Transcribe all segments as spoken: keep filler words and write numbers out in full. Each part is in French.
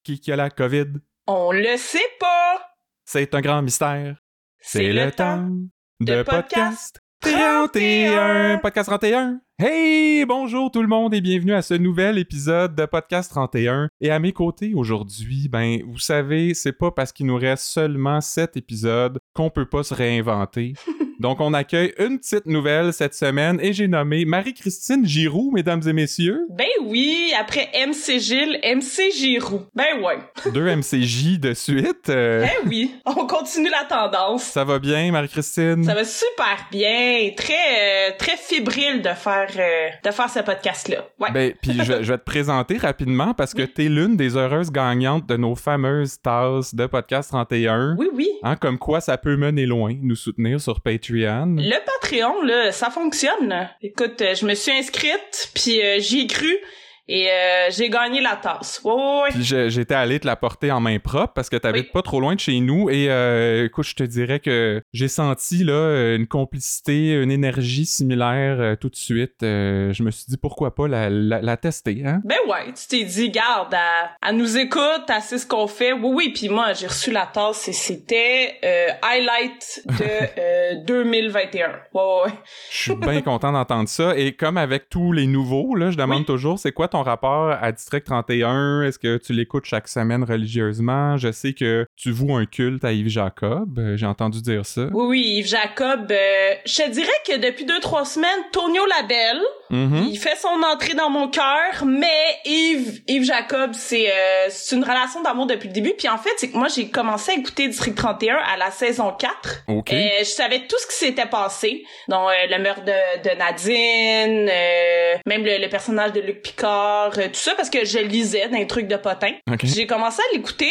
qui qui a la COVID? On le sait pas! C'est un grand mystère. C'est, C'est le, le temps de, de podcast trente et un. Podcast trente et un. Hey, bonjour tout le monde et bienvenue à ce nouvel épisode de Podcast trente et un. Et à mes côtés aujourd'hui, ben, vous savez, c'est pas parce qu'il nous reste seulement sept épisodes qu'on peut pas se réinventer. Donc, on accueille une petite nouvelle cette semaine et j'ai nommé Marie-Christine Giroux, mesdames et messieurs. Ben oui, après M C Gilles, M C Giroux. Ben ouais. Deux M C J de suite. Euh... Ben oui, on continue la tendance. Ça va bien, Marie-Christine? Ça va super bien. Très, euh, très fébrile de faire, euh, de faire ce podcast-là. Ouais. Ben, puis je, je vais te présenter rapidement parce que oui. T'es l'une des heureuses gagnantes de nos fameuses tasses de Podcast trente et un. Oui, oui. Hein, comme quoi ça peut mener loin, nous soutenir sur Patreon. Le Patreon, là, ça fonctionne. Écoute, je me suis inscrite, puis euh, j'y ai cru, et euh, j'ai gagné la tasse. Ouais, ouais, ouais. Puis je, j'étais allé te la porter en main propre parce que t'habites oui. pas trop loin de chez nous, et euh, écoute, je te dirais que j'ai senti là une complicité, une énergie similaire euh, tout de suite. Euh, je me suis dit pourquoi pas la, la, la tester, hein? Ben ouais, tu t'es dit, garde, elle, elle nous écoute, elle sait ce qu'on fait. Oui, oui, puis moi, j'ai reçu la tasse et c'était euh, highlight de euh, deux mille vingt et un. Ouais, ouais, ouais. Je suis bien content d'entendre ça, et comme avec tous les nouveaux, là, je demande oui. toujours, c'est quoi ton rapport à District trente et un? Est-ce que tu l'écoutes chaque semaine religieusement? Je sais que tu voues un culte à Yves Jacob, euh, j'ai entendu dire ça. Oui, oui, Yves Jacob, euh, je te dirais que depuis deux, trois semaines, Tonio Labelle, mm-hmm. il fait son entrée dans mon cœur, mais Yves, Yves Jacob, c'est, euh, c'est une relation d'amour depuis le début, puis en fait, c'est que moi, j'ai commencé à écouter District trente et un à la saison quatre. OK. Euh, je savais tout ce qui s'était passé, donc euh, le meurtre de, de Nadine, euh, même le, le personnage de Luc Picard, euh, tout ça, parce que je lisais dans les trucs de potin. Okay. J'ai commencé à l'écouter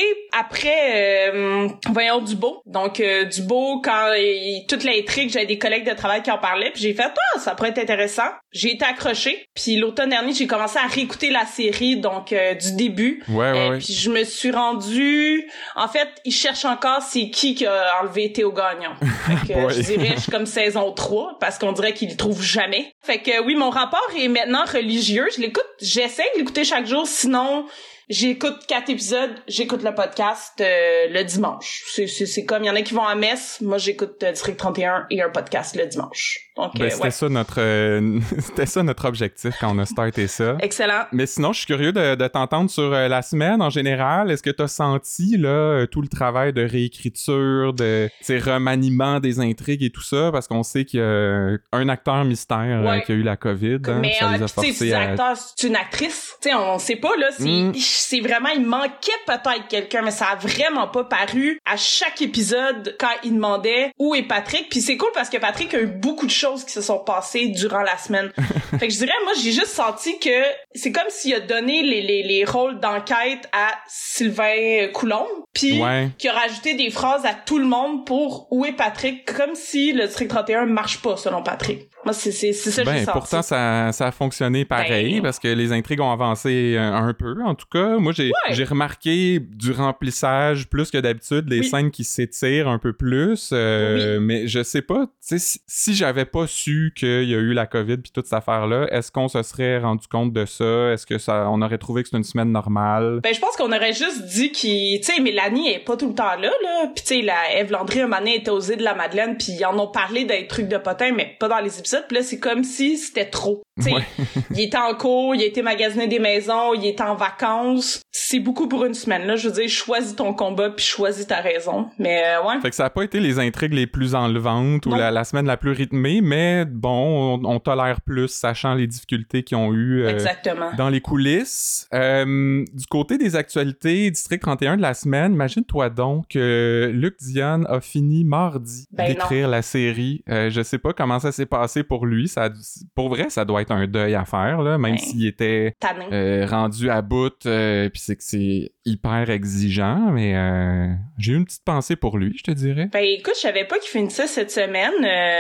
après, euh, voyons, Dubo. Donc, euh, Dubo, quand il, toute l'intrigue, j'avais des collègues de travail qui en parlaient, puis j'ai fait, ah, ça pourrait être intéressant. J'ai été accrochée, puis l'automne dernier, j'ai commencé à réécouter la série, donc euh, du début. Ouais, ouais, euh, ouais. Puis je me suis rendue... En fait, ils cherchent encore c'est qui qui a enlevé Théo Gagnon. Fait que je dirais, je suis comme saison trois, parce qu'on dirait qu'ils le trouvent jamais. Fait que oui, mon rapport est maintenant religieux. Je l'écoute, j'essaie de l'écouter chaque jour, sinon... J'écoute quatre épisodes, j'écoute le podcast euh, le dimanche. C'est, c'est, c'est comme, il y en a qui vont à messe, moi j'écoute euh, District trente et un et un podcast le dimanche. Donc, ben, euh, c'était, ouais. ça notre, euh, c'était ça notre objectif quand on a starté ça. Excellent. Mais sinon, je suis curieux de, de t'entendre sur euh, la semaine en général. Est-ce que t'as senti là tout le travail de réécriture, de ces remaniements des intrigues et tout ça? Parce qu'on sait qu'il y a un acteur mystère ouais. euh, qui a eu la COVID. Hein, mais ça euh, les a forcés tu sais, à... acteur, c'est une actrice. Tu sais, on sait pas, là, c'est... Mm. C'est vraiment, il manquait peut-être quelqu'un, mais ça a vraiment pas paru à chaque épisode quand il demandait où est Patrick. Puis c'est cool parce que Patrick a eu beaucoup de choses qui se sont passées durant la semaine. Fait que je dirais, moi, j'ai juste senti que c'est comme s'il a donné les, les, les rôles d'enquête à Sylvain Coulombe, puis ouais. qu'il a rajouté des phrases à tout le monde pour où est Patrick, comme si le District trente et un marche pas selon Patrick. Moi, c'est, c'est, c'est ça que ben, j'ai senti. Pourtant, ça, ça a fonctionné pareil, ben... parce que les intrigues ont avancé un, un peu, en tout cas. Moi, j'ai, ouais. j'ai remarqué du remplissage plus que d'habitude, les oui. scènes qui s'étirent un peu plus, euh, oui. mais je sais pas, tu sais, si, si j'avais pas su qu'il y a eu la COVID puis toute cette affaire-là, est-ce qu'on se serait rendu compte de ça? Est-ce que ça, on aurait trouvé que c'était une semaine normale? Ben, je pense qu'on aurait juste dit qu'il, tu sais, Mélanie est pas tout le temps là, là, pis tu sais, la Ève Landry, un moment donné, était aux îles de la Madeleine, puis ils en ont parlé des trucs de potin, mais pas dans les épisodes, pis là, c'est comme si c'était trop. Tu sais, ouais. il était en cours, il a été magasiner des maisons, il était en vacances. C'est beaucoup pour une semaine, là. Je veux dire, choisis ton combat puis choisis ta raison. Mais, euh, ouais. Fait que ça a pas été les intrigues les plus enlevantes non. ou la, la semaine la plus rythmée, mais bon, on, on tolère plus, sachant les difficultés qu'ils ont eues euh, Exactement. dans les coulisses. Euh, du côté des actualités, District trente et un de la semaine, imagine-toi donc que Luc Dionne a fini mardi ben d'écrire non. la série. Euh, je sais pas comment ça s'est passé pour lui. Ça, pour vrai, ça doit être un deuil à faire, là, même ben, s'il était euh, rendu à bout, euh, puis c'est que c'est hyper exigeant, mais euh, j'ai eu une petite pensée pour lui, je te dirais. Ben écoute, je savais pas qu'il finissait cette semaine,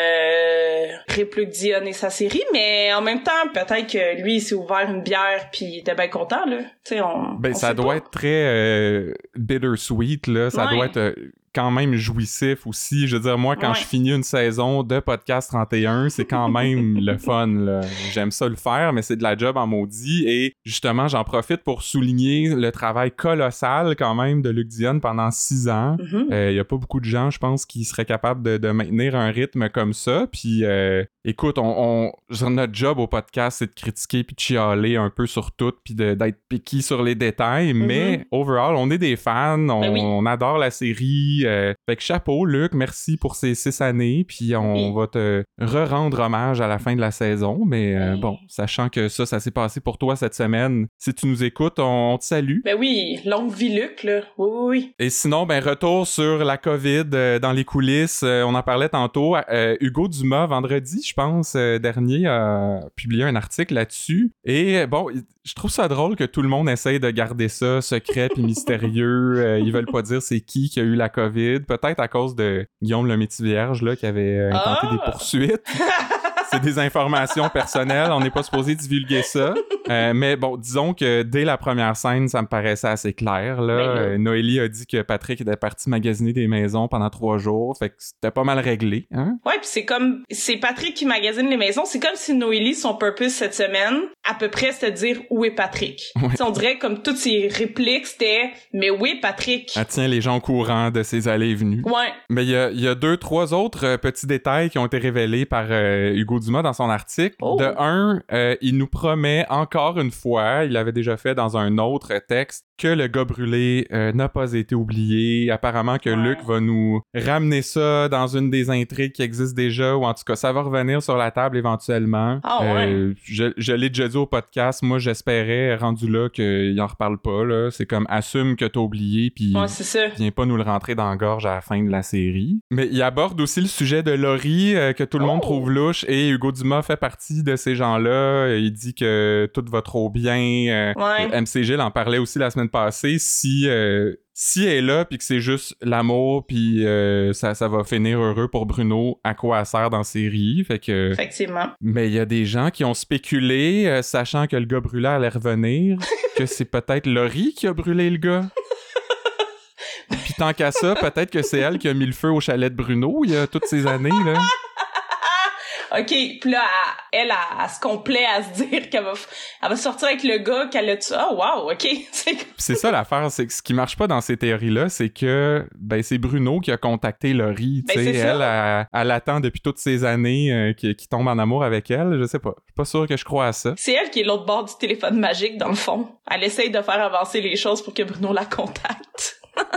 euh, Luc Dionne et sa série, mais en même temps, peut-être que lui, il s'est ouvert une bière puis il était bien content, là. Tu sais, on Ben on ça doit pas. être très euh, bittersweet, là. Ça ouais. doit être... Euh, quand même jouissif aussi. Je veux dire, moi, quand ouais. je finis une saison de Podcast trente et un, c'est quand même le fun, là. J'aime ça le faire, mais c'est de la job en maudit. Et justement, j'en profite pour souligner le travail colossal quand même de Luc Dionne pendant six ans. Il mm-hmm. euh, y a pas beaucoup de gens, je pense, qui seraient capables de, de maintenir un rythme comme ça. Puis, euh, écoute, on, on, notre job au podcast, c'est de critiquer puis de chialer un peu sur tout puis de, d'être picky sur les détails. Mm-hmm. Mais, overall, on est des fans. On, ben oui. on adore la série. Euh, fait que chapeau, Luc. Merci pour ces six années. Puis, on oui. va te re-rendre hommage à la fin de la saison. Mais, euh, oui. bon, sachant que ça, ça s'est passé pour toi cette semaine, si tu nous écoutes, on, on te salue. Ben oui, longue vie, Luc, là. Oui, oui, oui. Et sinon, ben, retour sur la COVID euh, dans les coulisses. Euh, on en parlait tantôt. Euh, Hugo Dumas, vendredi, je pense, euh, dernier, a publié un article là-dessus. Et bon, je trouve ça drôle que tout le monde essaye de garder ça secret puis mystérieux. Euh, ils veulent pas dire c'est qui qui a eu la COVID. Peut-être à cause de Guillaume le Métivier-Vierge, là, qui avait euh, intenté oh! des poursuites. C'est des informations personnelles, on n'est pas supposé divulguer ça. Euh, mais bon, disons que dès la première scène, ça me paraissait assez clair. Là. Euh, Noélie a dit que Patrick était parti magasiner des maisons pendant trois jours, fait que c'était pas mal réglé. Hein? Ouais, puis c'est comme, c'est Patrick qui magasine les maisons, c'est comme si Noélie, son purpose cette semaine, à peu près, c'était de dire où est Patrick. Ouais. On dirait comme toutes ses répliques, c'était « mais où est Patrick? » Elle tient les gens au courant de ses allées et venues. Ouais. Mais il y a, y a deux, trois autres euh, petits détails qui ont été révélés par euh, Hugo Dumas dans son article. Oh. De un, euh, il nous promet encore une fois, il l'avait déjà fait dans un autre texte, que le gars brûlé euh, n'a pas été oublié. Apparemment que ouais. Luc va nous ramener ça dans une des intrigues qui existent déjà, ou en tout cas, ça va revenir sur la table éventuellement. Oh, euh, ouais. je, je l'ai déjà dit au podcast, moi j'espérais, rendu là, qu'il en reparle pas. Là. C'est comme, assume que t'as oublié, puis ouais, viens pas nous le rentrer dans la gorge à la fin de la série. Mais il aborde aussi le sujet de Laurie, euh, que tout le oh. monde trouve louche, et Hugo Dumas fait partie de ces gens-là. Il dit que tout va trop bien. Euh, ouais. M C Gilles en parlait aussi la semaine passée. Si, euh, si elle est là, puis que c'est juste l'amour, puis euh, ça, ça va finir heureux pour Bruno, à quoi elle sert dans la série. Fait que... Effectivement. Mais il y a des gens qui ont spéculé, euh, sachant que le gars brûlé allait revenir, que c'est peut-être Laurie qui a brûlé le gars. Puis tant qu'à ça, peut-être que c'est elle qui a mis le feu au chalet de Bruno il y a toutes ces années, là. OK, puis là, elle, elle, elle, elle se complaît à se dire qu'elle va, elle va sortir avec le gars qu'elle a tué. Oh, wow, OK. C'est ça l'affaire, c'est que ce qui marche pas dans ces théories-là, c'est que ben c'est Bruno qui a contacté Laurie. Ben, tu sais, elle, elle, elle attend depuis toutes ces années euh, qu'il qui tombe en amour avec elle. Je sais pas. Je suis pas sûr que je crois à ça. C'est elle qui est l'autre bord du téléphone magique, dans le fond. Elle essaye de faire avancer les choses pour que Bruno la contacte.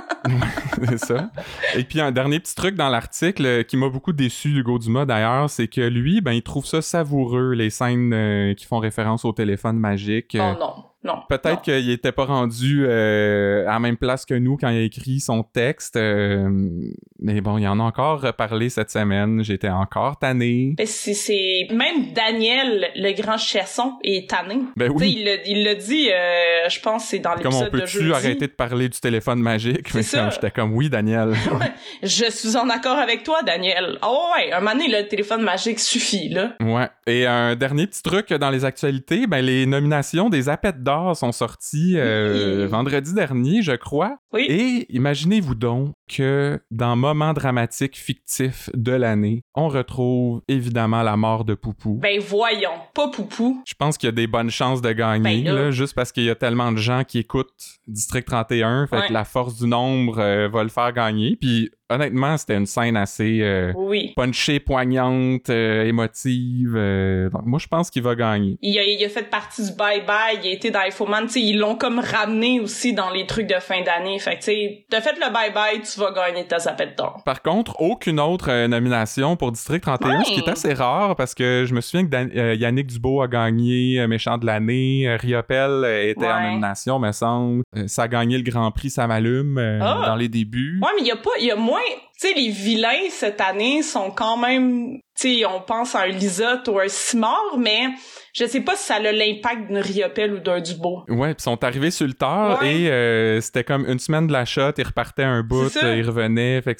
C'est ça. Et puis un dernier petit truc dans l'article euh, qui m'a beaucoup déçu, Hugo Dumas d'ailleurs, c'est que lui, ben il trouve ça savoureux, les scènes euh, qui font référence au téléphone magique. Oh non. Non. Peut-être qu'il était pas rendu euh, à la même place que nous quand il a écrit son texte. Euh, mais bon, il en a encore reparlé cette semaine. J'étais encore tanné. Ben c'est, c'est... Même Daniel, le grand chasson, est tanné. Ben oui. Il l'a, il l'a dit, euh, je pense c'est dans l'épisode de jeudi. Comme on peut-tu arrêter de parler du téléphone magique? C'est mais ça. Comme, j'étais comme, oui, Daniel. Je suis en accord avec toi, Daniel. Oh ouais, un moment donné, le téléphone magique suffit, là. Ouais. Et un dernier petit truc dans les actualités, ben les nominations des Appettes d'or sont sortis euh, oui. vendredi dernier, je crois. Oui. Et imaginez-vous donc que dans Moment dramatique fictif de l'année, on retrouve évidemment la mort de Poupou. Ben voyons, pas Poupou. Je pense qu'il y a des bonnes chances de gagner, ben là. Là, juste parce qu'il y a tellement de gens qui écoutent District trente et un, fait ouais. que la force du nombre euh, va le faire gagner. Puis honnêtement, c'était une scène assez euh, oui. punchée, poignante, euh, émotive. Euh, donc moi, je pense qu'il va gagner. Il a, il a fait partie du bye-bye, il a été dans Infoman, tu sais, ils l'ont comme ramené aussi dans les trucs de fin d'année. Fait que tu sais, t'as fait le bye-bye, tu vas gagner ta zapette d'or. Par contre, aucune autre euh, nomination pour District trente et un, ouais. ce qui est assez rare parce que je me souviens que Dan- euh, Yannick Dubois a gagné euh, Méchant de l'année, euh, Riopelle euh, était ouais. en nomination, me semble. Euh, ça a gagné le Grand Prix, ça m'allume euh, oh. dans les débuts. Ouais, mais il y a pas, il y a moins... Tu sais, les vilains, cette année, sont quand même... Tu sais, on pense à un Lisotte ou un Simard, mais je sais pas si ça a l'impact d'une Riopelle ou d'un Dubois. Ouais, pis sont arrivés sur le tard, ouais. et euh, c'était comme une semaine de la shot, ils repartaient un bout, ils revenaient, fait que c'était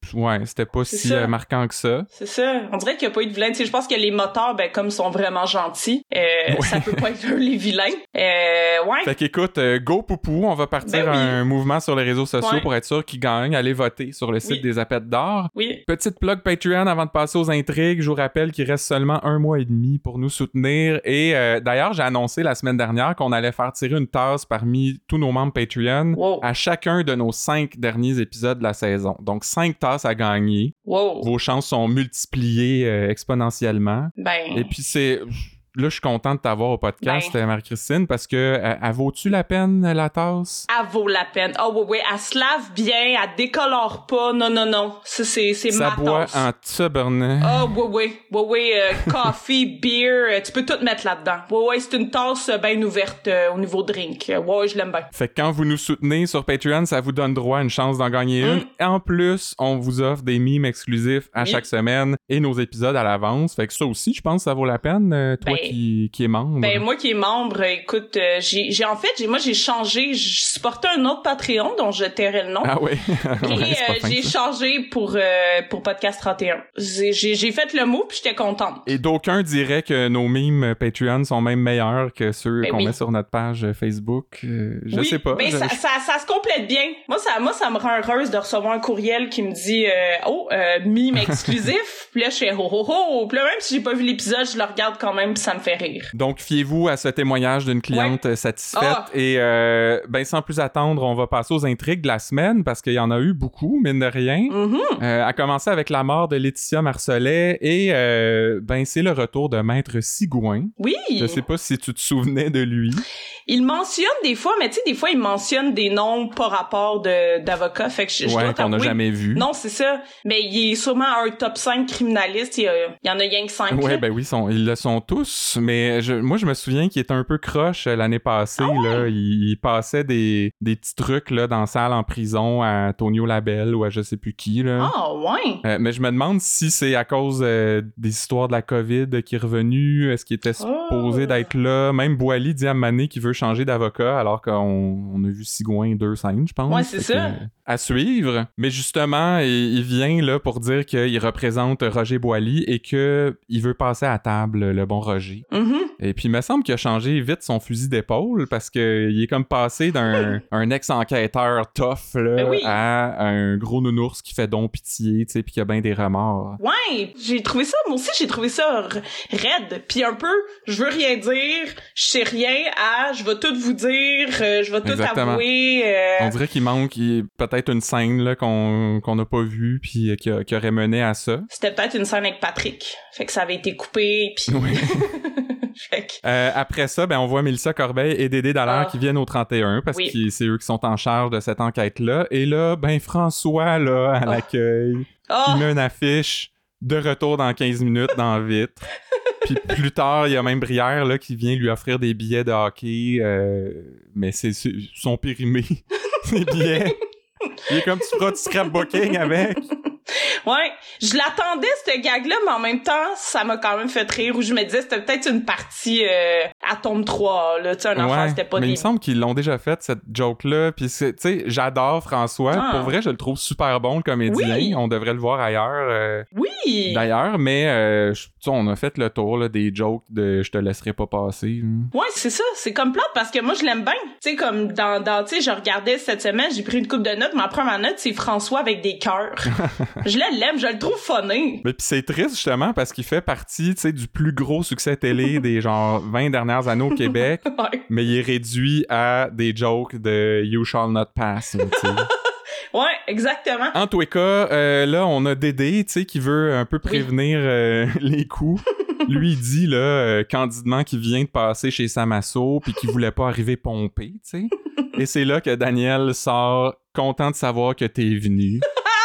ouais, c'était pas c'est si ça. Euh, marquant que ça. C'est ça. On dirait qu'il n'y a pas eu de vilain. Tu sais, je pense que les moteurs, ben, comme sont vraiment gentils, euh, ouais. ça peut pas être eux les vilains. Euh, ouais. Fait qu'écoute, euh, go poupou, on va partir ben oui. un mouvement sur les réseaux sociaux ouais. pour être sûr qu'ils gagnent. Allez voter sur le site oui. des Apettes d'or. Oui. Petite plug Patreon avant de passer aux intrigues. Je vous rappelle qu'il reste seulement un mois et demi pour nous soutenir. Et euh, d'ailleurs, j'ai annoncé la semaine dernière qu'on allait faire tirer une tasse parmi tous nos membres Patreon wow. à chacun de nos cinq derniers épisodes de la saison. Donc, cinq tasses à gagner. Wow. Vos chances sont multipliées euh, exponentiellement. Ben... Et puis, c'est... Là, je suis content de t'avoir au podcast, ben. Marie-Christine, parce que euh, elle vaut-tu la peine, la tasse? Elle vaut la peine. Oh oui, oui, elle se lave bien, elle décolore pas. Non, non, non. Ça, c'est, c'est Ça ma boit tasse. en tabarnak. Oh oui, oui. Oui, oui, euh, coffee, beer, euh, tu peux tout mettre là-dedans. Oui, oui, c'est une tasse euh, bien ouverte euh, au niveau drink. Euh, ouais, je l'aime bien. Fait que quand vous nous soutenez sur Patreon, ça vous donne droit à une chance d'en gagner mm. une. En plus, on vous offre des mimes exclusifs à oui. chaque semaine et nos épisodes à l'avance. Fait que ça aussi, je pense que ça vaut la peine, euh, toi ben... qui, qui es membre. Ben moi qui est membre, écoute, euh, j'ai, j'ai en fait, j'ai, moi j'ai changé, je supportais un autre Patreon dont je tairais le nom. Ah oui. Et ouais, euh, j'ai ça. changé pour euh, pour Podcast trente et un. J'ai, j'ai, j'ai fait le mot puis j'étais contente. Et d'aucuns diraient que nos mimes Patreon sont même meilleurs que ceux ben qu'on oui. met sur notre page Facebook. Euh, je oui, sais pas. Ben je... ça, ça, ça se complète bien. Moi ça, moi ça me rend heureuse de recevoir un courriel qui me dit euh, oh euh, mime exclusif. Puis là je fais ho ho ho. Puis là même si j'ai pas vu l'épisode, je le regarde quand même puis ça me fait rire. Donc fiez-vous à ce témoignage d'une cliente ouais. satisfaite. Oh. Et euh, ben sans plus attendre, on va passer aux intrigues de la semaine parce qu'il y en a eu beaucoup, mine de rien. Mm-hmm. Euh, à commencer avec la mort de Laetitia Marcelet et euh, ben c'est le retour de Maître Sigouin. Oui. Je sais pas si tu te souvenais de lui. Il mentionne des fois, mais tu sais, des fois, il mentionne des noms pas rapport de, d'avocats. Fait que je, je ouais, dois qu'on n'a jamais vu. Non, c'est ça. Mais il est sûrement un top cinq criminaliste. Il y, a, il y en a rien que cinq. Ouais, là. ben oui, sont, ils le sont tous. Mais je, moi, je me souviens qu'il était un peu croche l'année passée. Ah ouais? Là. Il, il passait des, des petits trucs là, dans la salle en prison à Tonio Labelle ou à je sais plus qui. Là. Ah, ouais. Euh, mais je me demande si c'est à cause euh, des histoires de la COVID qui est revenu. Est-ce qu'il était supposé oh. d'être là? Même Boily dit à Mané qu'il veut changer d'avocat alors qu'on on a vu Sigouin deux scènes, je pense. Ouais, c'est ça. Que, à suivre. Mais justement, il, il vient là pour dire qu'il représente Roger Boily et qu'il veut passer à table, le bon Roger. Mm-hmm. Et puis, il me semble qu'il a changé vite son fusil d'épaule parce qu'il est comme passé d'un un ex-enquêteur tough là, ben oui. à un gros nounours qui fait don pitié, tu sais, puis qui a bien des remords. Ouais, j'ai trouvé ça, moi aussi, j'ai trouvé ça r- raide. Puis un peu, je veux rien dire, je sais rien, à je vais tout vous dire, euh, je vais tout Exactement. avouer. Euh... On dirait qu'il manque il, peut-être une scène là, qu'on qu'on n'a pas vue puis qui, a, qui aurait mené à ça. C'était peut-être une scène avec Patrick, fait que ça avait été coupé, puis... Oui. fait que... euh, après ça, ben on voit Mélissa Corbeil et Dédé Dallaire ah. qui viennent au trente et un parce oui. que c'est eux qui sont en charge de cette enquête-là. Et là, ben François, là, à oh. l'accueil, oh. il met une affiche de retour dans quinze minutes dans la vitre. Puis plus tard, il y a même Brière là, qui vient lui offrir des billets de hockey, euh, mais c'est, c'est son périmé, ces billets. Il est comme tu feras du scrapbooking avec. Ouais, je l'attendais, cette gag-là, mais en même temps, ça m'a quand même fait rire, où je me disais, c'était peut-être une partie euh, Atome trois, là, tu sais, un enfant, ouais, c'était pas mais des... il me semble qu'ils l'ont déjà fait, cette joke-là, puis tu sais, j'adore François, ah. pour vrai, je le trouve super bon, le comédien, oui. on devrait le voir ailleurs. Euh, oui! D'ailleurs, mais, euh, tu sais, on a fait le tour, là, des jokes de « je te laisserai pas passer ». Ouais, c'est ça, c'est comme plate, parce que moi, je l'aime bien, tu sais, comme dans, dans tu sais, je regardais cette semaine, j'ai pris une coupe de notes, ma première note, c'est François avec des cœurs. Je l'aime, je le trouve funny. Mais pis c'est triste justement parce qu'il fait partie, tu sais, du plus gros succès télé des genre vingt dernières années au Québec, ouais. mais il est réduit à des jokes de You Shall Not Pass, tu sais. Ouais, exactement. En tous les cas, euh, là, on a Dédé, tu sais, qui veut un peu prévenir oui. euh, les coups. Lui, il dit, là, euh, candidement qu'il vient de passer chez Samasso puis qu'il voulait pas arriver pompé, tu sais. Et c'est là que Daniel sort content de savoir que t'es venu.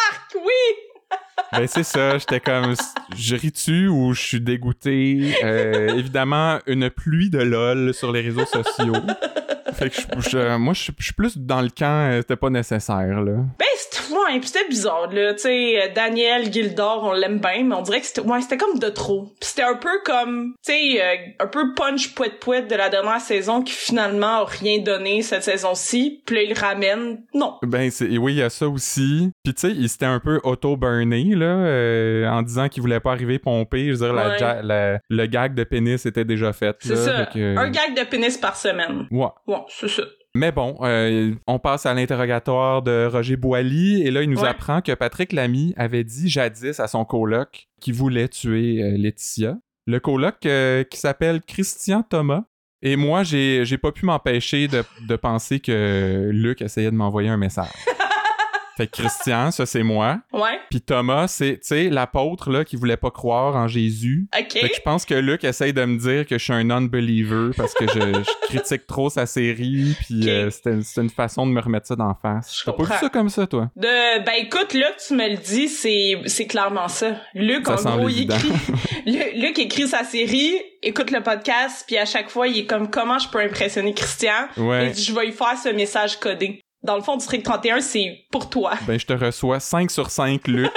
Ben c'est ça, j'étais comme, je ris-tu ou je suis dégoûté? Euh, évidemment, une pluie de lol sur les réseaux sociaux. Fait que je, je, moi, je, je suis plus dans le camp, euh, c'était pas nécessaire, là. Ben, c'était, ouais, pis c'était bizarre, là. Tu sais, Daniel Gildor, on l'aime bien, mais on dirait que c'était, ouais, c'était comme de trop. Pis c'était un peu comme, tu sais, euh, un peu punch pouet pouet de la dernière saison qui finalement a rien donné cette saison-ci. Puis là, il ramène. Non. Ben, c'est, oui, il y a ça aussi. Puis tu sais, il s'était un peu auto-burné, là, euh, en disant qu'il voulait pas arriver pompé. Je veux dire, la, Ouais. ja- la, le gag de pénis était déjà fait. C'est là, ça. fait que- Un gag de pénis par semaine. Ouais. Ouais, c'est ça. Mais bon, euh, on passe à l'interrogatoire de Roger Boily et là, il nous Ouais. apprend que Patrick Lamy avait dit jadis à son coloc qu'il voulait tuer euh, Laetitia. Le coloc euh, qui s'appelle Christian Thomas. Et moi, j'ai, j'ai pas pu m'empêcher de, de penser que Luc essayait de m'envoyer un message. Fait que Christian, ça c'est moi. Ouais. Puis Thomas, c'est, tu sais, l'apôtre là qui voulait pas croire en Jésus. OK. Fait que je pense que Luc essaye de me dire que je suis un non-believer parce que je, je critique trop sa série, puis Ok. euh, c'était, c'était une façon de me remettre ça d'en face. Je T'as pas vu comprends. ça comme ça, toi? De, ben écoute, là que tu me le dis, c'est, c'est clairement ça. Luc, Ça en semble gros, il évident. écrit, Lu- Luc écrit sa série, écoute le podcast, puis à chaque fois, il est comme, comment je peux impressionner Christian? Ouais. Il dit, je vais lui faire ce message codé. Dans le fond, District trente et un, c'est pour toi. Ben, je te reçois cinq sur cinq, Luc.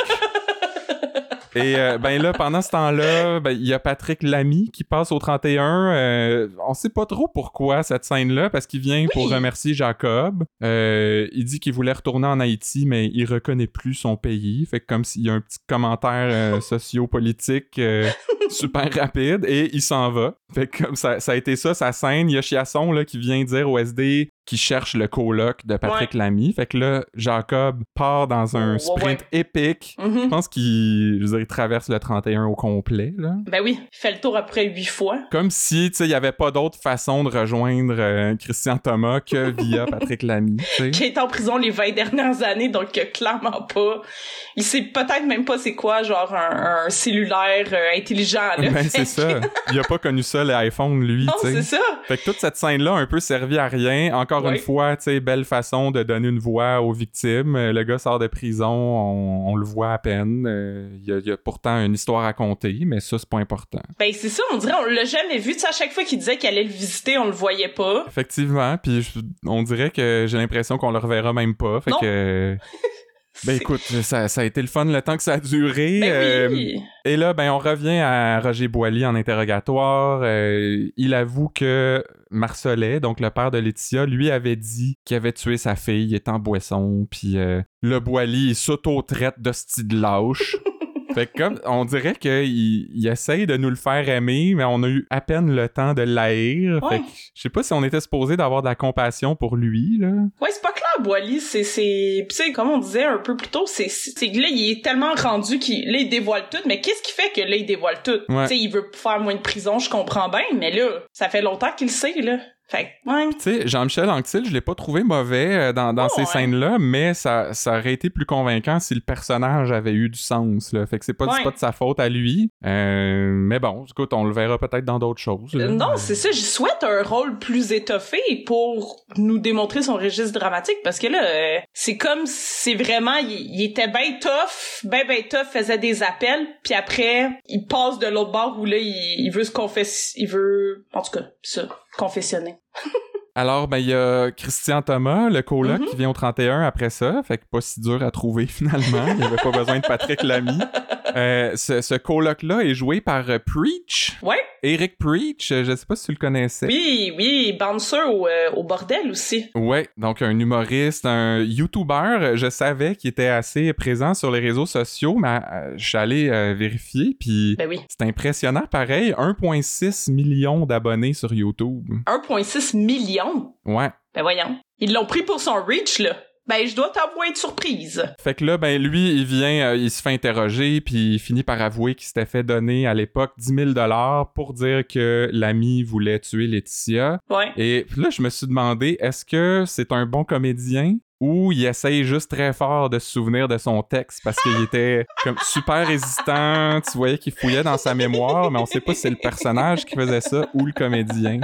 Et euh, ben là, pendant ce temps-là, ben il y a Patrick Lamy qui passe au trente et un. Euh, on sait pas trop pourquoi cette scène-là, parce qu'il vient pour Oui. remercier Jacob. Euh, il dit qu'il voulait retourner en Haïti, mais il reconnaît plus son pays. Fait que comme s'il y a un petit commentaire euh, socio-politique euh, super rapide, et il s'en va. Fait que comme ça, ça a été ça, sa scène. Il y a Chiasson là, qui vient dire au S D qui cherche le coloc de Patrick Ouais. Lamy. Fait que là, Jacob part dans un Ouais, sprint ouais. épique. Mhm. Je pense qu'il, je veux dire, il traverse le trente et un au complet, là. Ben oui, il fait le tour après huit fois. Comme si, tu sais, il y avait pas d'autre façon de rejoindre euh, Christian Thomas que via Patrick Lamy, tu sais. Qui est en prison les vingt dernières années, donc euh, clairement pas. Il sait peut-être même pas c'est quoi, genre un, un cellulaire euh, intelligent, là. Ben, Fait c'est que- ça. Il a pas connu ça, l'iPhone, lui, Non, tu sais. c'est ça. Fait que toute cette scène-là a un peu servi à rien. Encore Ouais. une fois, tu sais, belle façon de donner une voix aux victimes. Euh, Le gars sort de prison, on, on le voit à peine. Euh, Il y, a- il y a pourtant une histoire à compter, mais ça, c'est pas important. Ben c'est ça, on dirait on l'a jamais vu. Tu sais, à chaque fois qu'il disait qu'il allait le visiter, on le voyait pas. Effectivement, puis je- on dirait que j'ai l'impression qu'on le reverra même pas. Fait Non. que... Ben C'est- écoute, ça, ça a été le fun le temps que ça a duré. Ben oui. Euh, et là, ben on revient à Roger Boily en interrogatoire. Euh, il avoue que Marcelet, donc le père de Laetitia, lui avait dit qu'il avait tué sa fille, il est en boisson, puis euh, le Boily, il s'auto-traite d'hostie de lâche. Fait que comme, on dirait qu'il il essaye de nous le faire aimer, mais on a eu à peine le temps de l'haïr. Ouais. Fait que je sais pas si on était supposé d'avoir de la compassion pour lui, là. Ouais, c'est pas clair, Boily, c'est, c'est, pis tu sais, comme on disait un peu plus tôt, c'est, c'est que là, il est tellement rendu qu'il, là, il dévoile tout, mais qu'est-ce qui fait que là, il dévoile tout? Ouais. Tu sais, il veut faire moins de prison, je comprends bien, mais là, ça fait longtemps qu'il le sait, là. Fait que, ouais. Tu sais, Jean-Michel Anctil, je l'ai pas trouvé mauvais euh, dans, dans Oh, ces ouais. scènes-là, mais ça, ça aurait été plus convaincant si le personnage avait eu du sens, là. Fait que c'est pas, c'est Ouais. pas de sa faute à lui. Euh, mais bon, écoute, on le verra peut-être dans d'autres choses. là. Euh, Non, c'est ça, j'y souhaite un rôle plus étoffé pour nous démontrer son registre dramatique, parce que là, euh, c'est comme, c'est vraiment, il, il était ben tough, ben ben tough, faisait des appels, puis après, il passe de l'autre bord où là, il, il veut se confesser, il veut, en tout cas, ça, confessionner. Alors, ben, il y a Christian Thomas, le coloc, Mhm. qui vient au trente et un après ça. Fait que pas si dur à trouver, finalement. Il n'y avait pas besoin de Patrick Lamy. Euh, ce, ce coloc-là est joué par euh, Preach. Ouais, Eric Preach, euh, je sais pas si tu le connaissais. oui, oui, bouncer au, euh, au bordel aussi. Ouais, donc un humoriste, un YouTuber, je savais qu'il était assez présent sur les réseaux sociaux, mais euh, je suis allé euh, vérifier, puis Ben oui. c'est impressionnant pareil, un virgule six million d'abonnés sur YouTube. un virgule six million. Ouais. Ben voyons. Ils l'ont pris pour son reach, là. Ben, je dois t'avouer être surprise. Fait que là, ben lui, il vient, euh, il se fait interroger, puis il finit par avouer qu'il s'était fait donner à l'époque dix mille dollars pour dire que l'ami voulait tuer Laetitia. Ouais. Et puis là, je me suis demandé, est-ce que c'est un bon comédien ou il essaye juste très fort de se souvenir de son texte parce qu'il était comme super résistant, tu voyais qu'il fouillait dans sa mémoire, mais on sait pas si c'est le personnage qui faisait ça ou le comédien.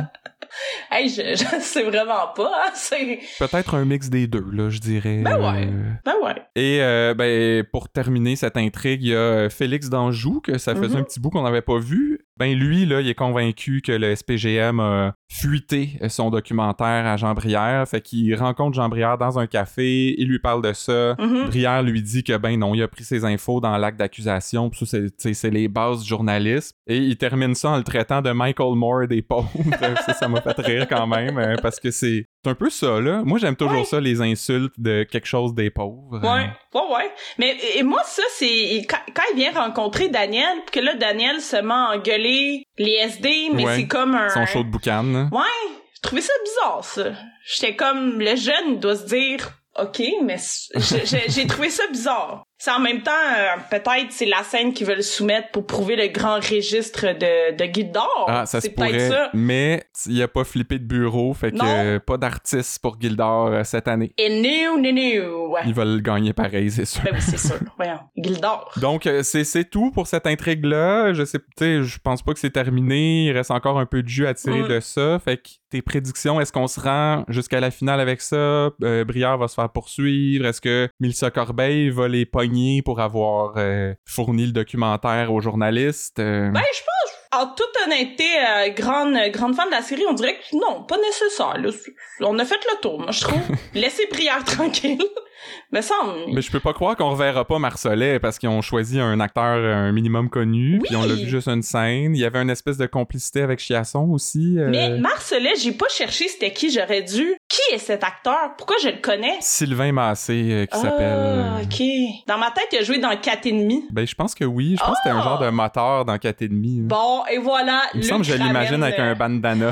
Hey, je, je sais vraiment pas, hein, c'est... Peut-être un mix des deux, là, je dirais. Ben ouais. Euh, Ben ouais. Et euh, ben, pour terminer cette intrigue, il y a Félix d'Anjou, que ça faisait Mhm. un petit bout qu'on n'avait pas vu. Ben lui, là, il est convaincu que le S P G M a, fuiter son documentaire à Jean Brière. Fait qu'il rencontre Jean Brière dans un café, il lui parle de ça. Mm-hmm. Brière lui dit que ben non, il a pris ses infos dans l'acte d'accusation, pis ça, c'est, c'est les bases du journalisme. Et il termine ça en le traitant de Michael Moore des pauvres. ça, ça m'a fait rire quand même, euh, parce que c'est, c'est un peu ça, là. Moi, j'aime toujours ouais. ça, les insultes de quelque chose des pauvres. Ouais, ouais, ouais. Mais et moi, ça, c'est quand, quand il vient rencontrer Daniel, pis que là, Daniel se met à engueuler les S D, mais ouais. c'est comme un... Son show de boucan. Ouais, j'ai trouvé ça bizarre, ça. J'étais comme, le jeune, il doit se dire... OK, mais j'ai, j'ai trouvé ça bizarre. C'est en même temps, euh, peut-être c'est la scène qu'ils veulent soumettre pour prouver le grand registre de, de Gildor. Ah, ça c'est se pourrait, ça. Mais il a pas flippé de bureau, fait que euh, pas d'artiste pour Gildor euh, cette année. Et new, new, new. Ils veulent le gagner pareil, c'est sûr. Ben oui, c'est sûr. Voyons, Gildor. Donc, euh, c'est, c'est tout pour cette intrigue-là. Je sais, tu sais, je pense pas que c'est terminé. Il reste encore un peu de jus à tirer mm. de ça. Fait que tes prédictions, est-ce qu'on se rend jusqu'à la finale avec ça? Euh, Brière va se faire poursuivre? Est-ce que Mélissa Corbeil va les pogner pour avoir euh, fourni le documentaire aux journalistes? Euh... Ben, je pense, en toute honnêteté, euh, grande, grande fan de la série, on dirait que non, pas nécessaire. Là. On a fait le tour, moi, je trouve. Laissez Brière tranquille. Mais ça, on... Mais je peux pas croire qu'on reverra pas Marcelet parce qu'ils ont choisi un acteur un minimum connu, oui. puis on l'a vu juste une scène. Il y avait une espèce de complicité avec Chiasson aussi. Euh... Mais Marcelet, j'ai pas cherché c'était qui, j'aurais dû. Qui est cet acteur? Pourquoi je le connais? Sylvain Massé, euh, qui ah, s'appelle... Ah, ok. Dans ma tête, il a joué dans quatre et demi. Ben, je pense que oui. Je pense oh! que c'était un genre de moteur dans quatre et demi. Bon, et voilà. Il me semble que je l'imagine avec un bandana.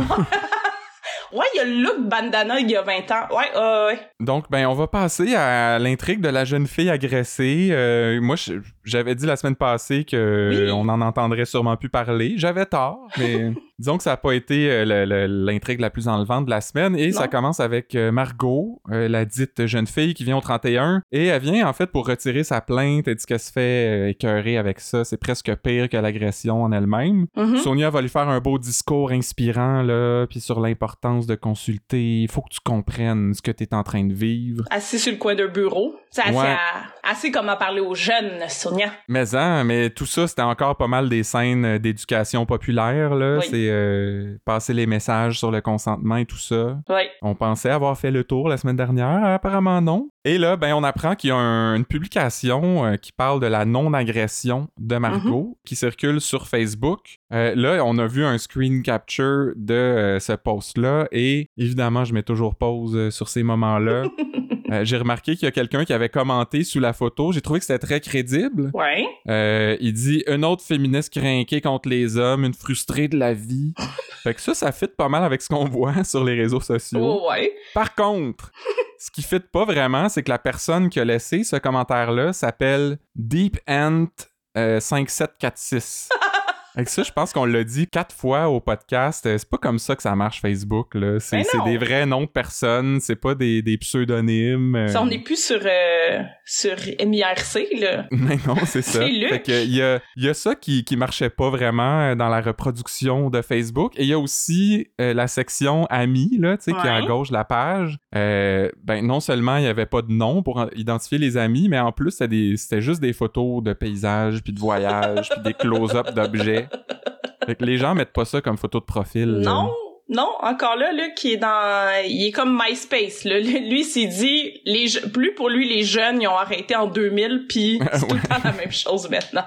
Ouais, il y a le look bandana il y a vingt ans. Ouais, euh, ouais. Donc, ben, on va passer à l'intrigue de la jeune fille agressée. Euh, moi, je, j'avais dit la semaine passée que oui. on en entendrait sûrement plus parler. J'avais tort, mais disons que ça n'a pas été euh, le, le, l'intrigue la plus enlevante de la semaine. Et non. Ça commence avec euh, Margot, euh, la dite jeune fille qui vient au trente et un. Et elle vient, en fait, pour retirer sa plainte. Elle dit qu'elle se fait euh, écœurer avec ça. C'est presque pire que l'agression en elle-même. Mm-hmm. Sonia va lui faire un beau discours inspirant, là, puis sur l'importance de consulter. Il faut que tu comprennes ce que tu es en train de vivre. Assis sur le coin d'un bureau. C'est assez, ouais. à, assez comme à parler aux jeunes, Sonia. Mais hein, mais tout ça, c'était encore pas mal des scènes d'éducation populaire, là. Oui. C'est euh, passer les messages sur le consentement et tout ça. Oui. On pensait avoir fait le tour la semaine dernière, apparemment non. Et là, ben, on apprend qu'il y a un, une publication euh, qui parle de la non-agression de Margot, mm-hmm. qui circule sur Facebook. Euh, là, on a vu un screen capture de euh, ce post-là, et évidemment, je mets toujours pause euh, sur ces moments-là. Euh, j'ai remarqué qu'il y a quelqu'un qui avait commenté sous la photo. J'ai trouvé que c'était très crédible. Ouais. Euh, il dit « Une autre féministe crinquée contre les hommes, une frustrée de la vie. » Fait que ça, ça fit pas mal avec ce qu'on voit sur les réseaux sociaux. Oh, ouais. Par contre, ce qui fit pas vraiment, c'est que la personne qui a laissé ce commentaire-là s'appelle Deep Ant euh, cinq sept quatre six. Avec ça, je pense qu'on l'a dit quatre fois au podcast. C'est pas comme ça que ça marche, Facebook, là. C'est, c'est des vrais noms de personnes, c'est pas des, des pseudonymes. Ça, on n'est plus sur, euh, sur M I R C, là. Mais non, c'est ça. C'est Luc. Fait que il y a, y a ça qui, qui marchait pas vraiment dans la reproduction de Facebook. Et il y a aussi euh, la section Amis, là, tu sais, ouais. qui est à gauche de la page. Euh, ben, non seulement il y avait pas de nom pour identifier les amis, mais en plus, c'était, des, c'était juste des photos de paysages, puis de voyages, puis des close-up d'objets. Fait que les gens mettent pas ça comme photo de profil. Non, là. non, encore là, Luc, qui est dans, il est comme MySpace, là. Lui, s'est dit, les je... plus pour lui, les jeunes, ils ont arrêté en deux mille, puis c'est ouais. tout le temps la même chose maintenant.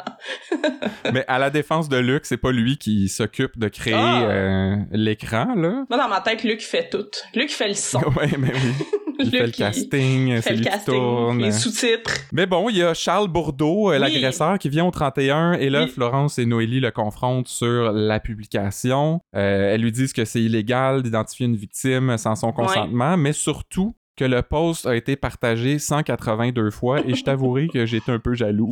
Mais à la défense de Luc, c'est pas lui qui s'occupe de créer ah. euh, l'écran, là. Moi, dans ma tête, Luc fait tout. Luc fait le son. Ouais, mais oui. Il fait le casting, c'est lui qui tourne. Les sous-titres. Mais bon, il y a Charles Bourdeau, oui. l'agresseur, qui vient au trente et un, et là, oui. Florence et Noélie le confrontent sur la publication. Euh, elles lui disent que c'est illégal d'identifier une victime sans son consentement, oui. mais surtout que le post a été partagé cent quatre-vingt-deux fois, et je t'avouerai que j'étais un peu jaloux.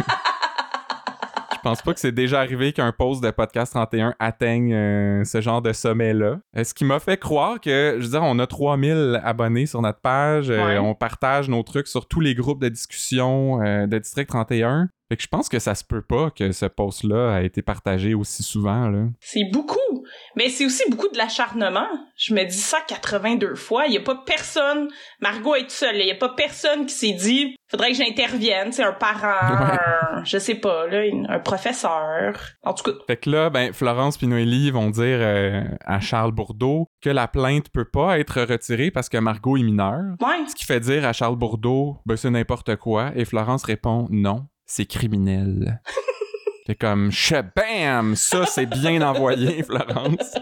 Je pense pas que c'est déjà arrivé qu'un post de Podcast trente et un atteigne euh, ce genre de sommet-là. Euh, ce qui m'a fait croire que, je veux dire, on a trois mille abonnés sur notre page, euh, ouais. on partage nos trucs sur tous les groupes de discussion euh, de District trente et un. Fait que je pense que ça se peut pas que ce post-là a été partagé aussi souvent, là. C'est beaucoup! Mais c'est aussi beaucoup de l'acharnement. Je me dis ça quatre-vingt-deux fois. Il y a pas personne... Margot est seule. Il y a pas personne qui s'est dit « Faudrait que j'intervienne. » C'est un parent, ouais. un, je sais pas, là, un professeur. En tout cas. Fait que là, ben, Florence pis Noélie vont dire euh, à Charles Bourdeau que la plainte peut pas être retirée parce que Margot est mineure. Ouais. Ce qui fait dire à Charles Bourdeau, ben, c'est n'importe quoi. Et Florence répond, non, c'est criminel. C'est comme, bam! Ça, c'est bien envoyé, Florence.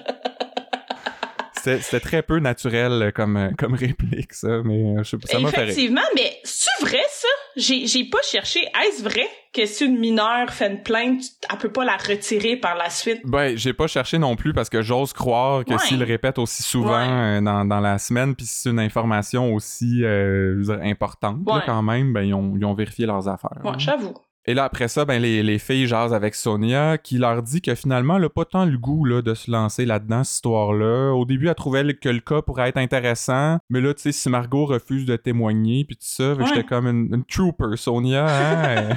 C'était, c'était très peu naturel comme, comme réplique, ça, mais je, ça m'a fait rire. Effectivement, mais c'est vrai, ça? J'ai, j'ai pas cherché. Est-ce vrai que si une mineure fait une plainte, elle peut pas la retirer par la suite? Ben, j'ai pas cherché non plus parce que j'ose croire que ouais. s'ils le répètent aussi souvent ouais. euh, dans, dans la semaine, puis si c'est une information aussi euh, je veux dire, importante ouais. là, quand même, ben ils ont, ils ont vérifié leurs affaires. Ouais, hein. J'avoue. Et là, après ça, ben les, les filles jasent avec Sonia, qui leur dit que finalement, elle a pas tant le goût là, de se lancer là-dedans, cette histoire-là. Au début, elle trouvait que le cas pourrait être intéressant, mais là, tu sais, si Margot refuse de témoigner, puis tout ça, ouais. j'étais comme une, une trooper, Sonia, hein?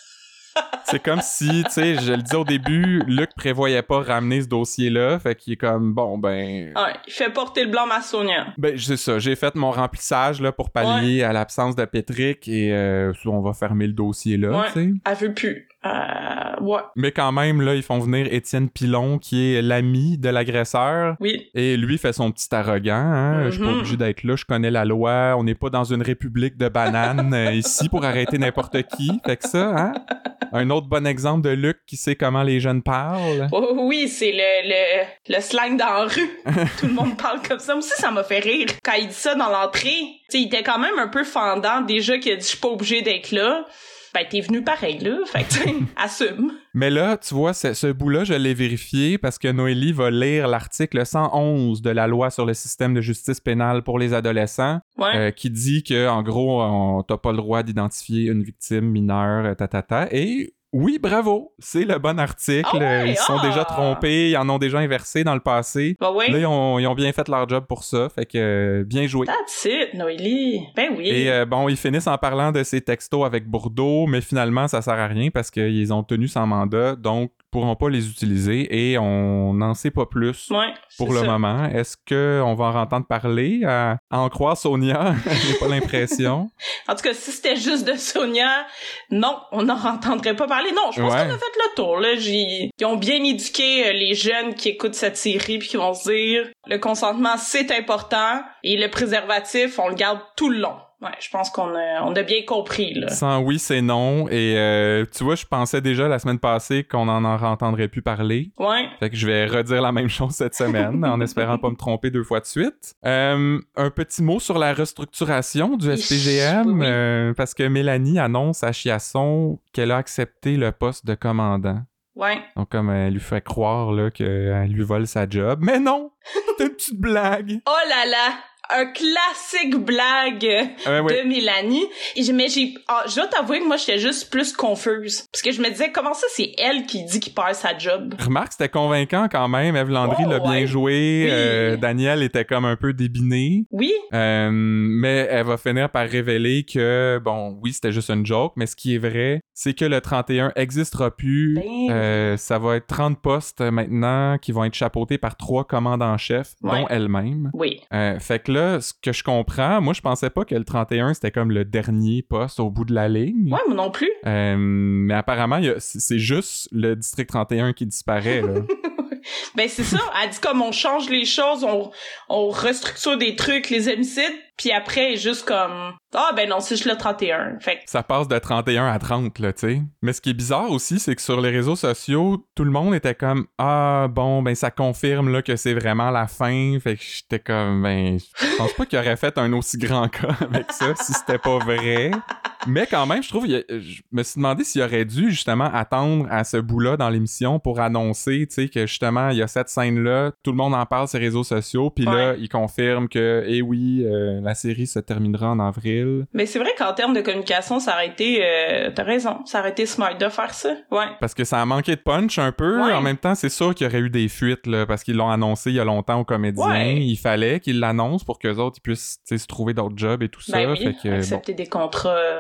C'est comme si, tu sais, je le disais au début, Luc prévoyait pas ramener ce dossier-là, fait qu'il est comme, bon, ben... Ouais, il fait porter le blâme à Sonia. Ben, c'est ça, j'ai fait mon remplissage, là, pour pallier ouais. à l'absence de Patrick, et euh, on va fermer le dossier-là, ouais. tu sais. Elle veut plus. Euh, ouais. Mais quand même, là, ils font venir Étienne Pilon, qui est l'ami de l'agresseur. Oui. Et lui fait son petit arrogant, hein. Mm-hmm. Je suis pas obligé d'être là, je connais la loi, on n'est pas dans une république de bananes euh, ici pour arrêter n'importe qui. Fait que ça, hein. Un autre bon exemple de Luc qui sait comment les jeunes parlent. Oh, oui, c'est le, le, le slang dans la rue. Tout le monde parle comme ça. Moi aussi, ça m'a fait rire. Quand il dit ça dans l'entrée, t'sais, il était quand même un peu fendant déjà qu'il a dit « Je suis pas obligé d'être là ». Ben, t'es venu pareil, là. Fait que, tu assume. Mais là, tu vois, ce, ce bout-là, je l'ai vérifié parce que Noélie va lire l'article cent onze de la loi sur le système de justice pénale pour les adolescents, ouais. euh, qui dit que, en gros, on, t'as pas le droit d'identifier une victime mineure, tatata, et... Oui, bravo! C'est le bon article. Oh ouais, ils se sont ah. déjà trompés, ils en ont déjà inversé dans le passé. Bah oui. Là, ils ont, ils ont bien fait leur job pour ça, fait que euh, bien joué. That's it, Noélie. Ben oui. Et euh, bon, ils finissent en parlant de ces textos avec Bourdeau, mais finalement, ça sert à rien parce qu'ils ont tenu sans mandat, donc pourront pas les utiliser et on n'en sait pas plus ouais, pour le ça. moment. Est-ce qu'on va en entendre parler? À, à en croire Sonia? J'ai pas l'impression. En tout cas, si c'était juste de Sonia, non, on n'en entendrait pas parler. Non, je pense ouais. qu'on a fait le tour. Là. J'ai... Ils ont bien éduqué les jeunes qui écoutent cette série puis qui vont se dire le consentement, c'est important et le préservatif, on le garde tout le long. Ouais, je pense qu'on a, on a bien compris, là. Sans oui, c'est non. Et euh, tu vois, je pensais déjà la semaine passée qu'on en entendrait plus parler. Ouais. Fait que je vais redire la même chose cette semaine, en espérant pas me tromper deux fois de suite. Euh, un petit mot sur la restructuration du S P G M, oui. euh, parce que Mélanie annonce à Chiasson qu'elle a accepté le poste de commandant. Ouais. Donc, comme elle lui fait croire là qu'elle lui vole sa job. Mais non! C'est une petite blague! Oh là là! Un classique blague euh, oui. de Mélanie. Et, mais j'ai, ah, je dois t'avouer que moi, j'étais juste plus confuse. Parce que je me disais, comment ça, c'est elle qui dit qu'il perd sa job? Remarque, c'était convaincant quand même. Ève Landry oh, l'a bien ouais. joué. Oui. Euh, Daniel était comme un peu débiné. Oui. Euh, mais elle va finir par révéler que, bon, oui, c'était juste une joke, mais ce qui est vrai, c'est que le trente et un existera plus. Ben... Euh, ça va être trente postes maintenant qui vont être chapeautés par trois commandants-chefs, ouais. dont elle-même. Oui. Euh, fait que là, ce que je comprends, moi, je pensais pas que le trente et un, c'était comme le dernier poste au bout de la ligne. Ouais, moi non plus. Euh, mais apparemment, y a, c'est juste le district trente et un qui disparaît, là. Ben, c'est ça. Elle dit comme on change les choses, on, on restructure des trucs, les homicides, puis après, juste comme... Ah, ben non, c'est juste le trente et un. Fait que... Ça passe de trente et un à trente, là, tu sais. Mais ce qui est bizarre aussi, c'est que sur les réseaux sociaux, tout le monde était comme « Ah, bon, ben ça confirme, là, que c'est vraiment la fin. » Fait que j'étais comme « Ben, je pense pas qu'il aurait fait un aussi grand cas avec ça si c'était pas vrai. » Mais quand même, je trouve, a, je me suis demandé s'il aurait dû, justement, attendre à ce bout-là dans l'émission pour annoncer, tu sais, que justement, il y a cette scène-là, tout le monde en parle sur les réseaux sociaux, puis ouais. là, il confirme que, eh oui, euh, la série se terminera en avril. Mais c'est vrai qu'en termes de communication, ça aurait été, euh, t'as raison, ça aurait été smart de faire ça, ouais. Parce que ça a manqué de punch un peu, ouais. En même temps, c'est sûr qu'il y aurait eu des fuites, là, parce qu'ils l'ont annoncé il y a longtemps aux comédiens, ouais. Il fallait qu'ils l'annoncent pour qu'eux autres, ils puissent, tu sais, se trouver d'autres jobs et tout ça. Ben oui, fait que, accepter bon. des contrats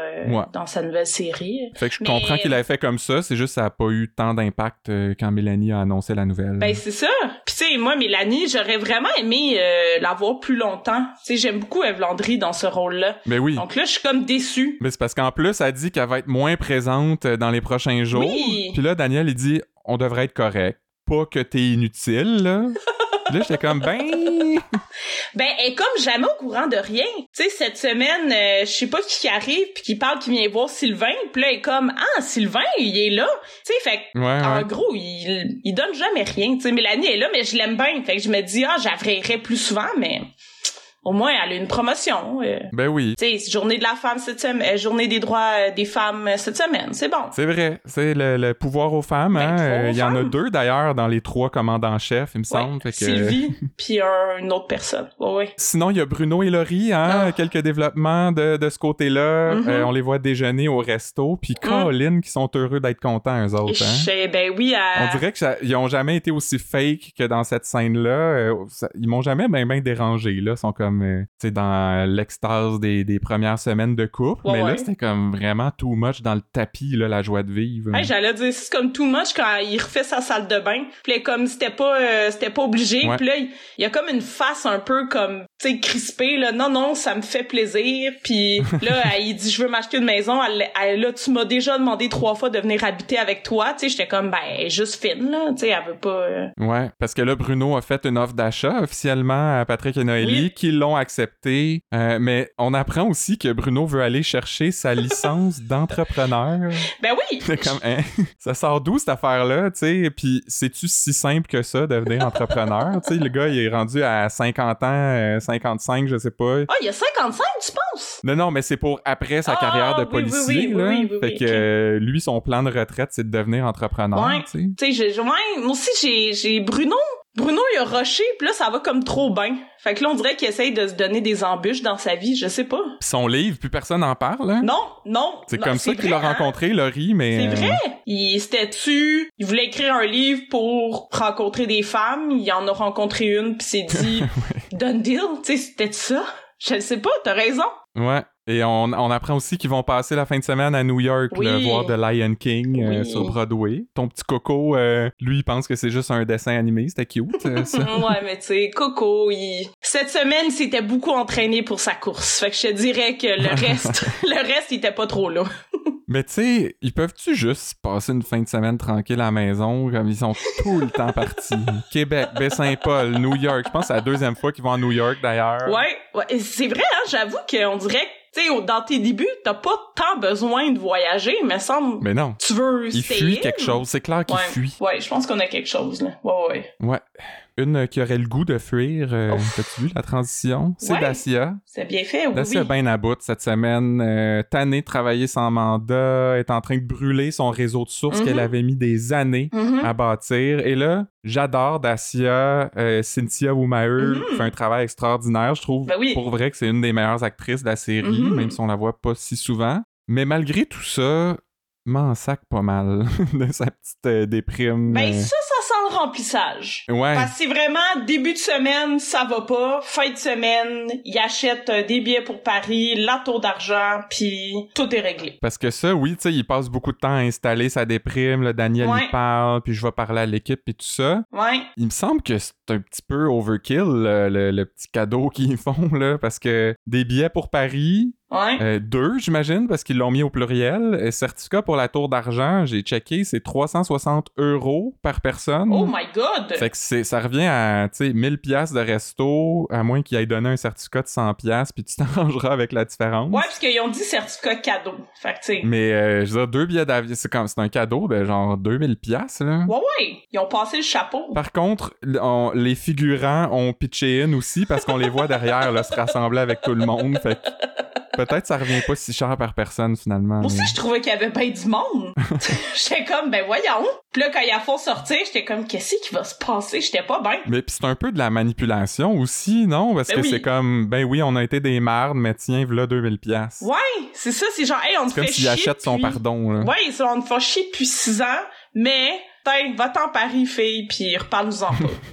euh, ouais. dans sa nouvelle série. Fait que je Mais... comprends qu'il avait fait comme ça, c'est juste que ça a pas eu tant d'impact euh, quand Mélanie a annoncé la nouvelle. Ben c'est ça. Puis tu sais, moi, Mélanie, j'aurais vraiment aimé euh, la voir plus longtemps. Tu sais, j'aime beaucoup Ève Landry dans ce rôle-là. Ben oui. Donc là, je suis comme déçue. Mais c'est parce qu'en plus, elle dit qu'elle va être moins présente dans les prochains jours. Oui. Puis là, Daniel, il dit, on devrait être correct. Pas que t'es inutile, là. Là, j'étais comme, ben... Ben, elle est comme jamais au courant de rien. Tu sais, cette semaine, euh, je sais pas qui arrive puis qui parle, qui vient voir Sylvain. Puis là, elle est comme, ah, Sylvain, il est là. Tu sais, fait que, ouais, en ouais. gros, il, il donne jamais rien. Tu sais, Mélanie est là, mais je l'aime bien. Fait que je me dis, ah, j'avrairais plus souvent, mais... Au moins, elle a une promotion. Euh. Ben oui. Tu sais, journée de la femme cette semaine, euh, journée des droits euh, des femmes euh, cette semaine, c'est bon. C'est vrai, c'est le, le pouvoir aux femmes. Ben, hein. Il euh, y en a deux d'ailleurs dans les trois commandants-chefs, il me semble. Ouais. Fait que... Sylvie, puis un, une autre personne. Ouais, ouais. Sinon, il y a Bruno et Laurie, hein, Ah. quelques développements de, de ce côté-là. Mm-hmm. Euh, on les voit déjeuner au resto, puis Mm. Colin qui sont heureux d'être contents, eux autres. Hein. Je, ben oui, à... On dirait qu'ils ont jamais été aussi fake que dans cette scène-là. Euh, ça, ils m'ont jamais ben ben dérangé, là. Ils sont comme, euh, tu sais, dans l'extase des, des premières semaines de couple. Ouais, mais ouais. là, c'était comme vraiment too much dans le tapis, là, la joie de vivre. Hey, j'allais dire, c'est comme too much quand il refait sa salle de bain. Puis là, comme c'était pas euh, c'était pas obligé. Ouais. Puis là, il y a comme une face un peu comme, tu sais, crispée, là. Non, non, ça me fait plaisir. Puis là, il dit, je veux m'acheter une maison. Elle, elle, là, tu m'as déjà demandé trois fois de venir habiter avec toi. Tu sais, j'étais comme, ben, elle est juste fine, là. Tu sais, elle veut pas... Euh... Ouais, parce que là, Bruno a fait une offre d'achat officiellement à Patrick et Noélie, Oui. qui l'ont accepté. Euh, mais on apprend aussi que Bruno veut aller chercher sa licence d'entrepreneur. Ben oui! C'est comme, hein? Ça sort d'où cette affaire-là, tu sais? Puis, c'est-tu si simple que ça, devenir entrepreneur? Tu sais, le gars, il est rendu à cinquante ans, euh, cinquante-cinq, je sais pas. Ah, il y a cinquante-cinq, tu penses? Non, non, mais c'est pour après sa Ah, carrière de oui, policier, oui, oui, là. oui, oui, fait oui, que ok. euh, lui, son plan de retraite, c'est de devenir entrepreneur, Ouais. tu sais. Tu sais, j'ai, ouais, moi aussi, j'ai, j'ai Bruno. Bruno, il a rushé, pis là, ça va comme trop bien. Fait que là, on dirait qu'il essaye de se donner des embûches dans sa vie, je sais pas. Puis son livre, plus personne n'en parle, hein? Non, non. C'est non, comme ça qu'il vrai, a hein? rencontré Laurie, mais... C'est euh, vrai. Il s'était tu, il voulait écrire un livre pour rencontrer des femmes. Il en a rencontré une, pis s'est dit, done deal. Tu sais, c'était ça. Je le sais pas, t'as raison. Ouais. Et on, on apprend aussi qu'ils vont passer la fin de semaine à New York, Oui. là, voir The Lion King euh, Oui. sur Broadway. Ton petit Coco, euh, lui, il pense que c'est juste un dessin animé. C'était cute, euh, ça. Ouais, mais tu sais, Coco, il... Cette semaine, il s'était beaucoup entraîné pour sa course. Fait que je te dirais que le reste, le reste, il était pas trop là. Mais tu sais, ils peuvent-tu juste passer une fin de semaine tranquille à la maison, comme ils sont tout le temps partis? Québec, Baie-Saint-Paul, New York. Je pense que c'est la deuxième fois qu'ils vont à New York, d'ailleurs. Ouais, ouais, et c'est vrai, hein, j'avoue qu'on dirait que, tu sais, dans tes débuts, t'as pas tant besoin de voyager, mais semble... Mais non. Tu veux Il stay fuit in. quelque chose. C'est clair qu'il Ouais. fuit. Ouais, je pense qu'on a quelque chose, là. Ouais, ouais. Ouais. Une euh, qui aurait le goût de fuir. Euh, Ouf. T'as-tu vu la transition? C'est Ouais. Dacia. C'est bien fait, oui, Dacia oui. bien à bout cette semaine. Euh, tannée de travailler sans mandat. Est en train de brûler son réseau de sources Mhm. qu'elle avait mis des années Mhm. à bâtir. Et là, j'adore Dacia. Euh, Cynthia Woomayer Mhm. fait un travail extraordinaire. Je trouve Ben oui. pour vrai que c'est une des meilleures actrices de la série, Mhm. même si on la voit pas si souvent. Mais malgré tout ça, m'en sac pas mal de sa petite euh, déprime. Ben euh. ça, ça sent le remplissage. Ouais. Parce que c'est vraiment début de semaine, ça va pas. Fin de semaine, il achète euh, des billets pour Paris, la tour d'argent, puis tout est réglé. Parce que ça, oui, tu sais, il passe beaucoup de temps à installer sa déprime. Là, Daniel, Ouais. il parle, puis je vais parler à l'équipe, puis tout ça. Ouais. Il me semble que c'est un petit peu overkill, le, le- le petit cadeau qu'ils font, là, parce que des billets pour Paris, Ouais. euh, deux, j'imagine, parce qu'ils l'ont mis au pluriel. Et certificat pour la tour d'argent, j'ai checké, c'est trois cent soixante euros par personne. Oh my god! Fait que c'est, ça revient à, tu sais, mille piastres de resto, à moins qu'il aille donné un certificat de cent piastres, puis tu t'arrangeras avec la différence. Ouais, parce qu'ils ont dit certificat cadeau. Fait que, tu sais. Mais, euh, je veux dire, deux billets d'avion, c'est comme, c'est un cadeau de genre deux mille piastres, là. Ouais, ouais. Ils ont passé le chapeau. Par contre, on- les figurants ont pitché in aussi parce qu'on les voit derrière, là, se rassembler avec tout le monde. Fait que peut-être ça revient pas si cher par personne, finalement. Moi aussi, mais- je trouvais qu'il y avait bien du monde. J'étais comme, ben voyons. Puis là, quand ils a font sortir, j'étais comme, qu'est-ce qui va se passer? J'étais pas bien. Mais pis c'est un peu de la manipulation aussi, non? Parce Ben que oui. c'est comme, ben oui, on a été des mardes, mais tiens, voilà deux mille piastres. Ouais, c'est ça, c'est genre, hey, on te C'est comme fait s'il chier. achète son puis- pardon, là. Ouais, ça, on te fait chier depuis six ans, mais, t'es, va-t'en Paris, fille, pis reparle-nous-en pas.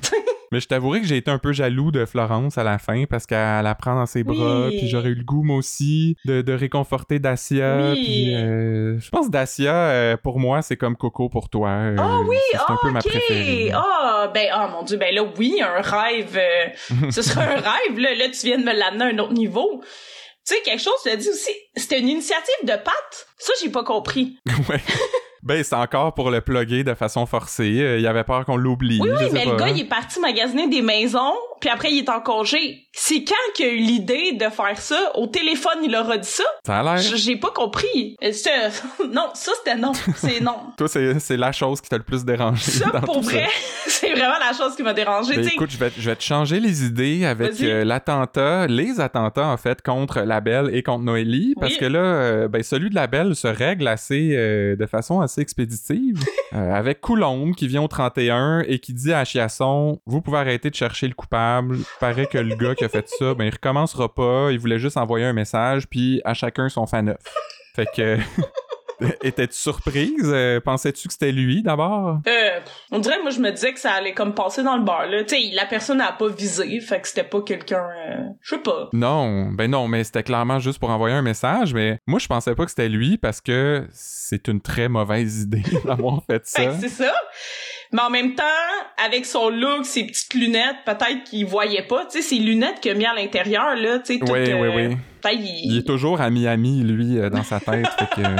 Mais je t'avouerai que j'ai été un peu jaloux de Florence à la fin parce qu'elle la prend dans ses bras, oui. puis j'aurais eu le goût, moi aussi, de, de réconforter Dacia. Oui. Puis, euh, je pense que Dacia, euh, pour moi, c'est comme Coco pour toi. Euh, Ah oui, c'est ah, un peu ok. ma préférée. Ah, ben, ah, mon Dieu, ben là, oui, un rêve. Euh, ce serait un rêve, là. Là, tu viens de me l'amener à un autre niveau. Tu sais, quelque chose, tu as dit aussi, c'était une initiative de Pat. Ça, j'ai pas compris. Ouais. Ben, c'est encore pour le plugger de façon forcée. Euh, il avait peur qu'on l'oublie. Oui, oui, je sais mais pas. le gars, il est parti magasiner des maisons, puis après, il est en congé. C'est quand qu'il a eu l'idée de faire ça? Au téléphone, il leur a dit ça? Ça a l'air. J- J'ai pas compris. Euh, c'était- Non, ça, c'était non. C'est non. Toi, c'est, c'est la chose qui t'a le plus dérangé. Ça, dans pour tout vrai, c'est vraiment la chose qui m'a dérangé. Ben, tu sais. écoute, je vais, je vais te changer les idées avec Vas-y. euh, l'attentat, les attentats, en fait, contre la Belle et contre Noélie, parce Oui. que là, euh, ben, celui de la Belle se règle assez, euh, de façon assez expéditive, euh, avec Coulombe qui vient au trente et un et qui dit à Chiasson, vous pouvez arrêter de chercher le coupable, paraît que le gars qui a fait ça, ben, il recommencera pas, il voulait juste envoyer un message, puis à chacun son fan neuf. Fait que... Étais-tu surprise? Euh, pensais-tu que c'était lui, d'abord? Euh, on dirait, moi, je me disais que ça allait comme passer dans le bar, là. Tu sais, la personne n'a pas visé, fait que c'était pas quelqu'un... Euh, je sais pas. Non, ben non, mais c'était clairement juste pour envoyer un message, mais moi, je pensais pas que c'était lui parce que c'est une très mauvaise idée d'avoir fait ça. Fait que c'est ça. Mais en même temps, avec son look, ses petites lunettes, peut-être qu'il voyait pas, tu sais, ses lunettes qu'il a mis à l'intérieur, là, tu sais, toutes... Oui, oui, euh, oui. peut-être il... Il est toujours à Miami, lui, euh, dans sa tête, fait que...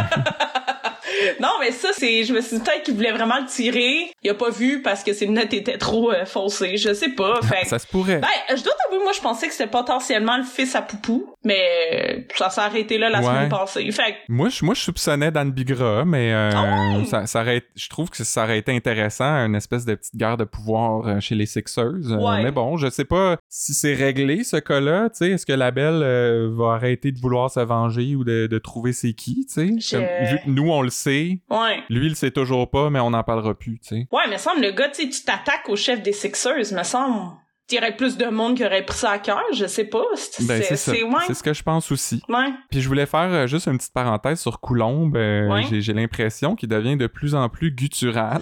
Non, mais ça, c'est... Je me suis dit peut-être qu'il voulait vraiment le tirer. Il a pas vu parce que ses lunettes étaient trop euh, foncées. Je sais pas. Fait que- Ça se pourrait. Ben, je dois t'avouer, moi, je pensais que c'était potentiellement le fils à Poupou. Mais ça s'est arrêté là la Ouais. semaine passée. Fait que... Moi, je, moi, je soupçonnais Dan Bigra, mais euh, Oh! ça, ça aurait, je trouve que ça aurait été intéressant, une espèce de petite guerre de pouvoir euh, chez les Sixers. Euh, Ouais. mais bon, je sais pas si c'est réglé, ce cas-là. Tu sais, est-ce que la Belle euh, va arrêter de vouloir se venger ou de, de trouver c'est qui, tu sais? Je- Comme, vu que nous, on le sait, Ouais. lui, il le sait toujours pas, mais on n'en parlera plus, tu sais. Ouais, mais semble, le gars, tu sais, tu t'attaques au chef des Sixers, me semble. Il y aurait plus de monde qui aurait pris ça à cœur, je sais pas. C'est, Ben, c'est ça. c'est, ouais. C'est ce que je pense aussi. Ouais. Puis je voulais faire euh, juste une petite parenthèse sur Coulombe. Euh, Ouais. j'ai, j'ai l'impression qu'il devient de plus en plus guttural.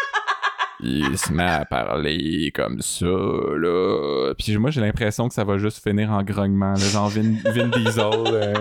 Il se met à parler comme ça, là. Puis moi, j'ai l'impression que ça va juste finir en grognement, là, genre Vin, Vin Diesel. euh.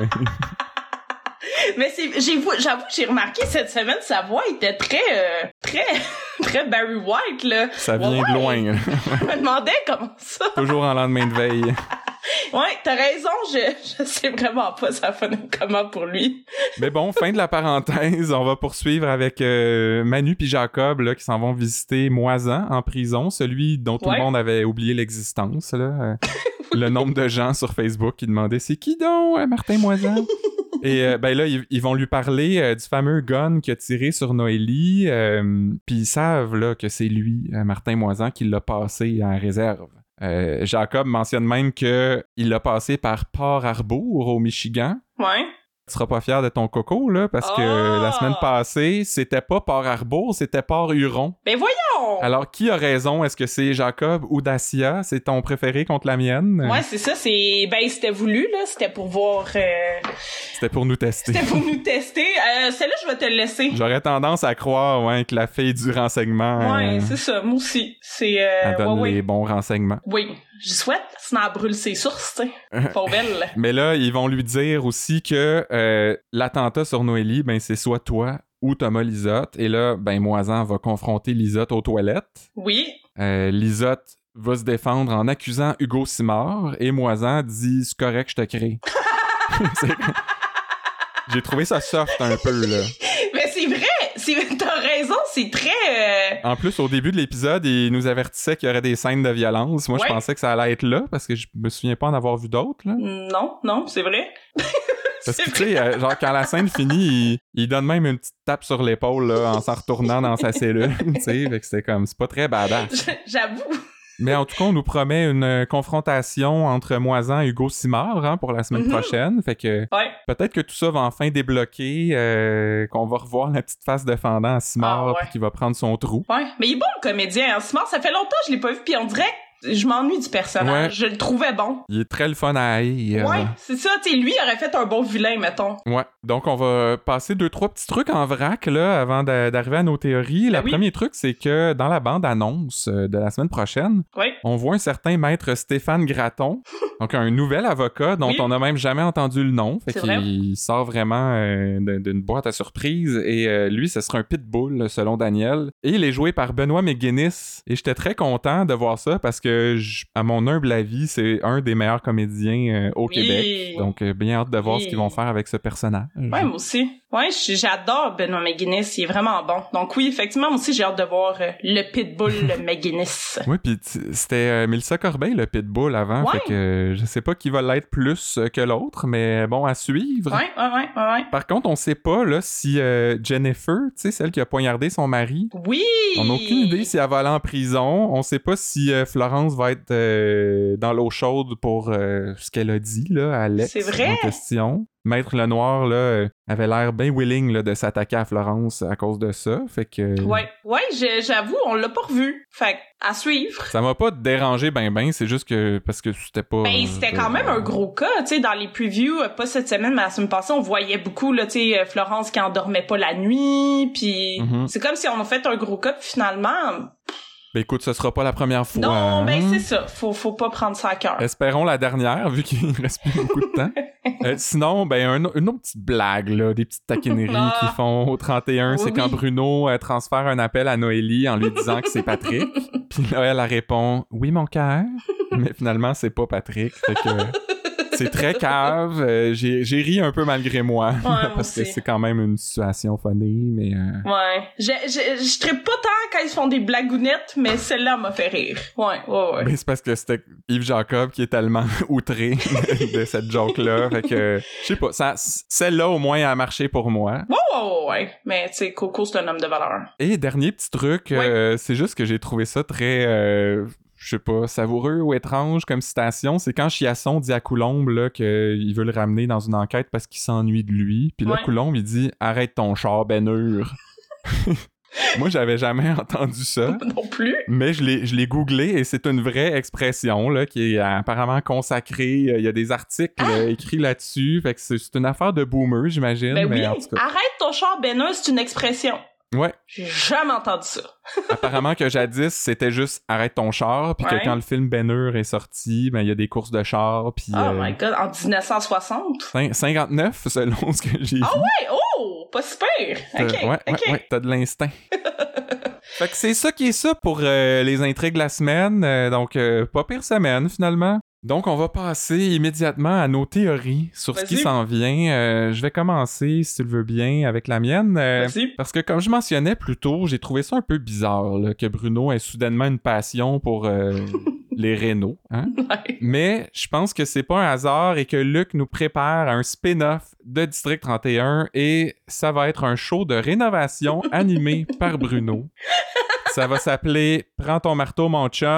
Mais c'est, j'ai, j'avoue, j'ai remarqué cette semaine, sa voix était très, euh, très, très Barry White, là. Ça vient Ouais, de loin. là. Je me demandais comment ça. Toujours en lendemain de veille. Ouais, t'as raison, je, je sais vraiment pas ça fait comment pour lui. Mais bon, fin de la parenthèse, on va poursuivre avec euh, Manu puis Jacob là, qui s'en vont visiter Moisan en prison, celui dont tout Ouais. le monde avait oublié l'existence. Là. Euh, le nombre de gens sur Facebook qui demandaient « C'est qui donc, euh, Martin Moisan? » Et euh, ben là, ils, ils vont lui parler euh, du fameux gun qui a tiré sur Noélie, euh, puis ils savent là, que c'est lui, euh, Martin Moisan, qui l'a passé en réserve. Euh, Jacob mentionne même qu'il l'a passé par Port Harbour au Michigan. Ouais. Tu seras pas fier de ton coco, là, parce que Ah! la semaine passée, c'était pas Port Harbour, c'était Port Huron. Ben voyons! Alors, qui a raison? Est-ce que c'est Jacob ou Dacia? C'est ton préféré contre la mienne? Ouais, c'est ça, c'est... Ben, c'était voulu, là, c'était pour voir... euh, C'était pour nous tester. C'était pour nous tester. Euh, celle-là, je vais te le laisser. J'aurais tendance à croire, ouais, que la fille du renseignement... Ouais, euh, c'est ça, moi aussi. C'est... Euh, elle donne ouais, les ouais. bons renseignements. Oui, j'y souhaite, sinon elle brûle ses sources, tu sais. Pas belle. Mais là, ils vont lui dire aussi que euh, l'attentat sur Noélie, ben, c'est soit toi ou Thomas Lisotte. Et là, ben, Moisan va confronter Lisotte aux toilettes. Oui. Euh, Lisotte va se défendre en accusant Hugo Simard et Moisan dit « C'est correct, je te crée. » C'est- J'ai trouvé ça soft un peu, là. Mais c'est vrai! C'est... T'as raison, c'est très... euh, En plus, au début de l'épisode, il nous avertissait qu'il y aurait des scènes de violence. Moi, Ouais. je pensais que ça allait être là, parce que je me souviens pas en avoir vu d'autres, là. Non, non, c'est vrai. Parce que, C'est tu sais, euh, genre, quand la scène finit, il, il donne même une petite tape sur l'épaule, là, en s'en retournant dans sa cellule, tu sais. Fait que c'était comme... C'est pas très badass. J'avoue. Mais en tout cas, on nous promet une euh, confrontation entre Moisan et Hugo Simard hein, pour la semaine Mhm. prochaine. Fait que Ouais. peut-être que tout ça va enfin débloquer, euh, qu'on va revoir la petite face de fendant à Simard Ah, ouais. puis qu'il va prendre son trou. Ouais. Mais il est bon, le comédien. En ce moment, ça fait longtemps que je l'ai pas vu, puis on dirait... Je m'ennuie du personnage. Ouais. Je le trouvais bon. Il est très le fun à haïr. Ouais, c'est ça. Tu sais, lui, il aurait fait un bon vilain, mettons. Ouais. Donc, on va passer deux, trois petits trucs en vrac, là, avant de, d'arriver à nos théories. Ben le oui. premier truc, c'est que dans la bande-annonce de la semaine prochaine, oui. on voit un certain maître Stéphane Gratton, donc un nouvel avocat dont oui. on n'a même jamais entendu le nom. Fait c'est qu'il vrai. Sort vraiment euh, d'une boîte à surprise. Et euh, lui, ce sera un pitbull, selon Daniel. Et il est joué par Benoît McGuinness. Et j'étais très content de voir ça parce que, je, à mon humble avis, c'est un des meilleurs comédiens euh, au oui. Québec. Donc, euh, bien hâte de voir oui. ce qu'ils vont faire avec ce personnage. Ouais, moi aussi. Ouais, j'adore Benoît McGuinness. Il est vraiment bon. Donc oui, effectivement, moi aussi, j'ai hâte de voir euh, le pitbull McGuinness. Oui, puis c'était euh, Mélissa Corbeil, le pitbull, avant. Ouais. Fait que euh, je sais pas qui va l'être plus euh, que l'autre, mais bon, à suivre. Ouais, ouais, ouais, ouais. Par contre, on sait pas là si euh, Jennifer, tu sais, celle qui a poignardé son mari. Oui! On n'a aucune idée si elle va aller en prison. On sait pas si euh, Florence va être euh, dans l'eau chaude pour euh, ce qu'elle a dit, là, à Alex. C'est vrai? En question. Maître Lenoir, là, avait l'air bien willing là, de s'attaquer à Florence à cause de ça, fait que... Ouais, ouais, j'avoue, on l'a pas revu, fait à suivre. Ça m'a pas dérangé ben ben, c'est juste que, parce que c'était pas... Ben, c'était euh, quand même un gros cas, tu sais, dans les previews, pas cette semaine, mais la semaine passée, on voyait beaucoup, là, tu sais, Florence qui endormait pas la nuit, pis mm-hmm. c'est comme si on a fait un gros cas, pis finalement... Ben écoute, ce sera pas la première fois. Non, hein? ben c'est ça. Faut, faut pas prendre ça à cœur. Espérons la dernière, vu qu'il reste plus beaucoup de temps. euh, sinon, ben un, une autre petite blague, là, des petites taquineries ah. qu'ils font au trente et un, oui, c'est oui. quand Bruno euh, transfère un appel à Noélie en lui disant que c'est Patrick. Puis là, elle répond « Oui, mon cœur ». Mais finalement, c'est pas Patrick. Fait que... C'est très cave. Euh, j'ai, j'ai ri un peu malgré moi. Ouais, parce que c'est quand même une situation funny, mais... Euh... Ouais. Je, je, je trippe pas tant quand ils font des blagounettes, mais celle-là m'a fait rire. Ouais, ouais, ouais. Mais c'est parce que c'était Yves Jacob qui est tellement outré de, de cette joke-là. Fait que, je sais pas, ça, celle-là, au moins, a marché pour moi. Ouais, ouais, ouais, ouais. Mais, tu sais, Coco, c'est un homme de valeur. Et dernier petit truc, ouais. euh, c'est juste que j'ai trouvé ça très... Euh, je sais pas, savoureux ou étrange comme citation, c'est quand Chiasson dit à Coulombe là, qu'il veut le ramener dans une enquête parce qu'il s'ennuie de lui. Puis là, ouais. Coulombe, il dit « Arrête ton char, Bénure ». Moi, j'avais jamais entendu ça. Non plus. Mais je l'ai, je l'ai googlé et c'est une vraie expression là, qui est apparemment consacrée. Il y a des articles ah! euh, écrits là-dessus. Fait que c'est, c'est une affaire de boomer, j'imagine. Ben mais oui, en tout cas... Arrête ton char, Bénure, c'est une expression. Ouais. J'ai jamais entendu ça. Apparemment que jadis, c'était juste arrête ton char, puis ouais. que quand le film Ben-Hur est sorti, ben il y a des courses de chars, puis... Oh euh, my god, en dix-neuf cent soixante? cinquante-neuf, selon ce que j'ai vu. Ah ouais, oh, pas super! Ok, ouais, ouais, ok. Ouais, t'as de l'instinct. Fait que c'est ça qui est ça pour euh, les intrigues de la semaine, euh, donc euh, pas pire semaine finalement. Donc, on va passer immédiatement à nos théories sur Vas-y. Ce qui s'en vient. Euh, je vais commencer, si tu le veux bien, avec la mienne. Euh, parce que, comme je mentionnais plus tôt, j'ai trouvé ça un peu bizarre là, que Bruno ait soudainement une passion pour euh, les rénaux. Hein? Ouais. Mais je pense que c'est pas un hasard et que Luc nous prépare un spin-off de District trente et un et ça va être un show de rénovation animé par Bruno. Ça va s'appeler « Prends ton marteau, mon chum ».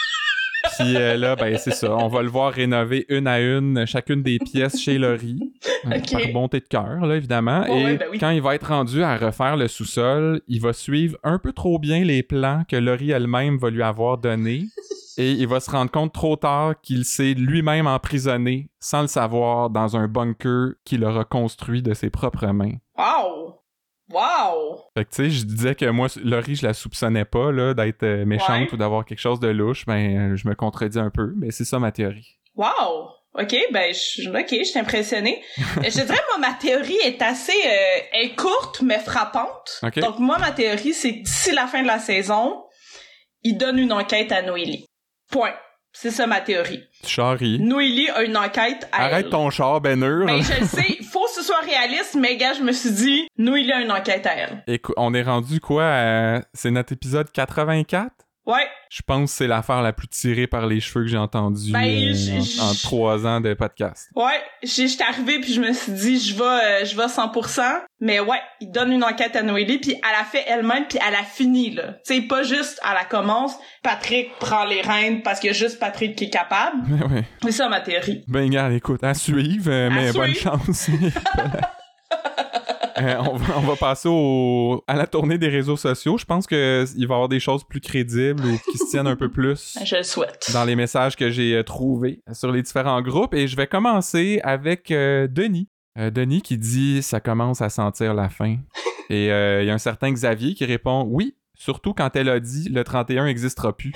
Puis euh, là, ben c'est ça, on va le voir rénover une à une chacune des pièces chez Laurie, okay. par bonté de cœur, là, évidemment. Oh, et ouais, ben oui. Quand il va être rendu à refaire le sous-sol, il va suivre un peu trop bien les plans que Laurie elle-même va lui avoir donnés. Et il va se rendre compte trop tard qu'il s'est lui-même emprisonné, sans le savoir, dans un bunker qu'il aura construit de ses propres mains. Wow! Wow! Fait que tu sais, je disais que moi, Laurie, je la soupçonnais pas là, d'être euh, méchante ouais. ou d'avoir quelque chose de louche. Ben, euh, je me contredis un peu, mais c'est ça ma théorie. Wow! OK, ben, je, ok, je suis impressionnée. Je dirais, moi, ma théorie est assez euh, est courte, mais frappante. Okay. Donc, moi, ma théorie, c'est que d'ici la fin de la saison, il donne une enquête à Noélie. Point. C'est ça ma théorie. Charrie. Noélie a une enquête à Arrête elle. ton char, Ben-Hur. Ben, je le sais. Faut que ce soit réaliste, mais gars, je me suis dit, Noélie a une enquête à elle. Écoute, on est rendu quoi à... C'est notre épisode quatre-vingt-quatre? Ouais. Je pense que c'est l'affaire la plus tirée par les cheveux que j'ai entendue ben, euh, en, en trois ans de podcast. Ouais, j'étais arrivée puis je me suis dit je vais euh, je vais cent pour cent, mais ouais, il donne une enquête à Noélie puis elle a fait elle-même puis elle a fini là. Tu sais, pas juste elle la commence, Patrick prend les rênes parce qu'il y a juste Patrick qui est capable. Ouais. C'est ça ma théorie. Ben regarde, écoute, à suivre, euh, à mais suivre. Bonne chance. euh, on, va, on va passer au, à la tournée des réseaux sociaux. Je pense qu'il va y avoir des choses plus crédibles ou qui se tiennent un peu plus. Je le souhaite. Dans les messages que j'ai euh, trouvés sur les différents groupes. Et je vais commencer avec euh, Denis. Euh, Denis qui dit « Ça commence à sentir la fin ». Et il euh, y a un certain Xavier qui répond « Oui, surtout quand elle a dit le trente et un n'existera plus ».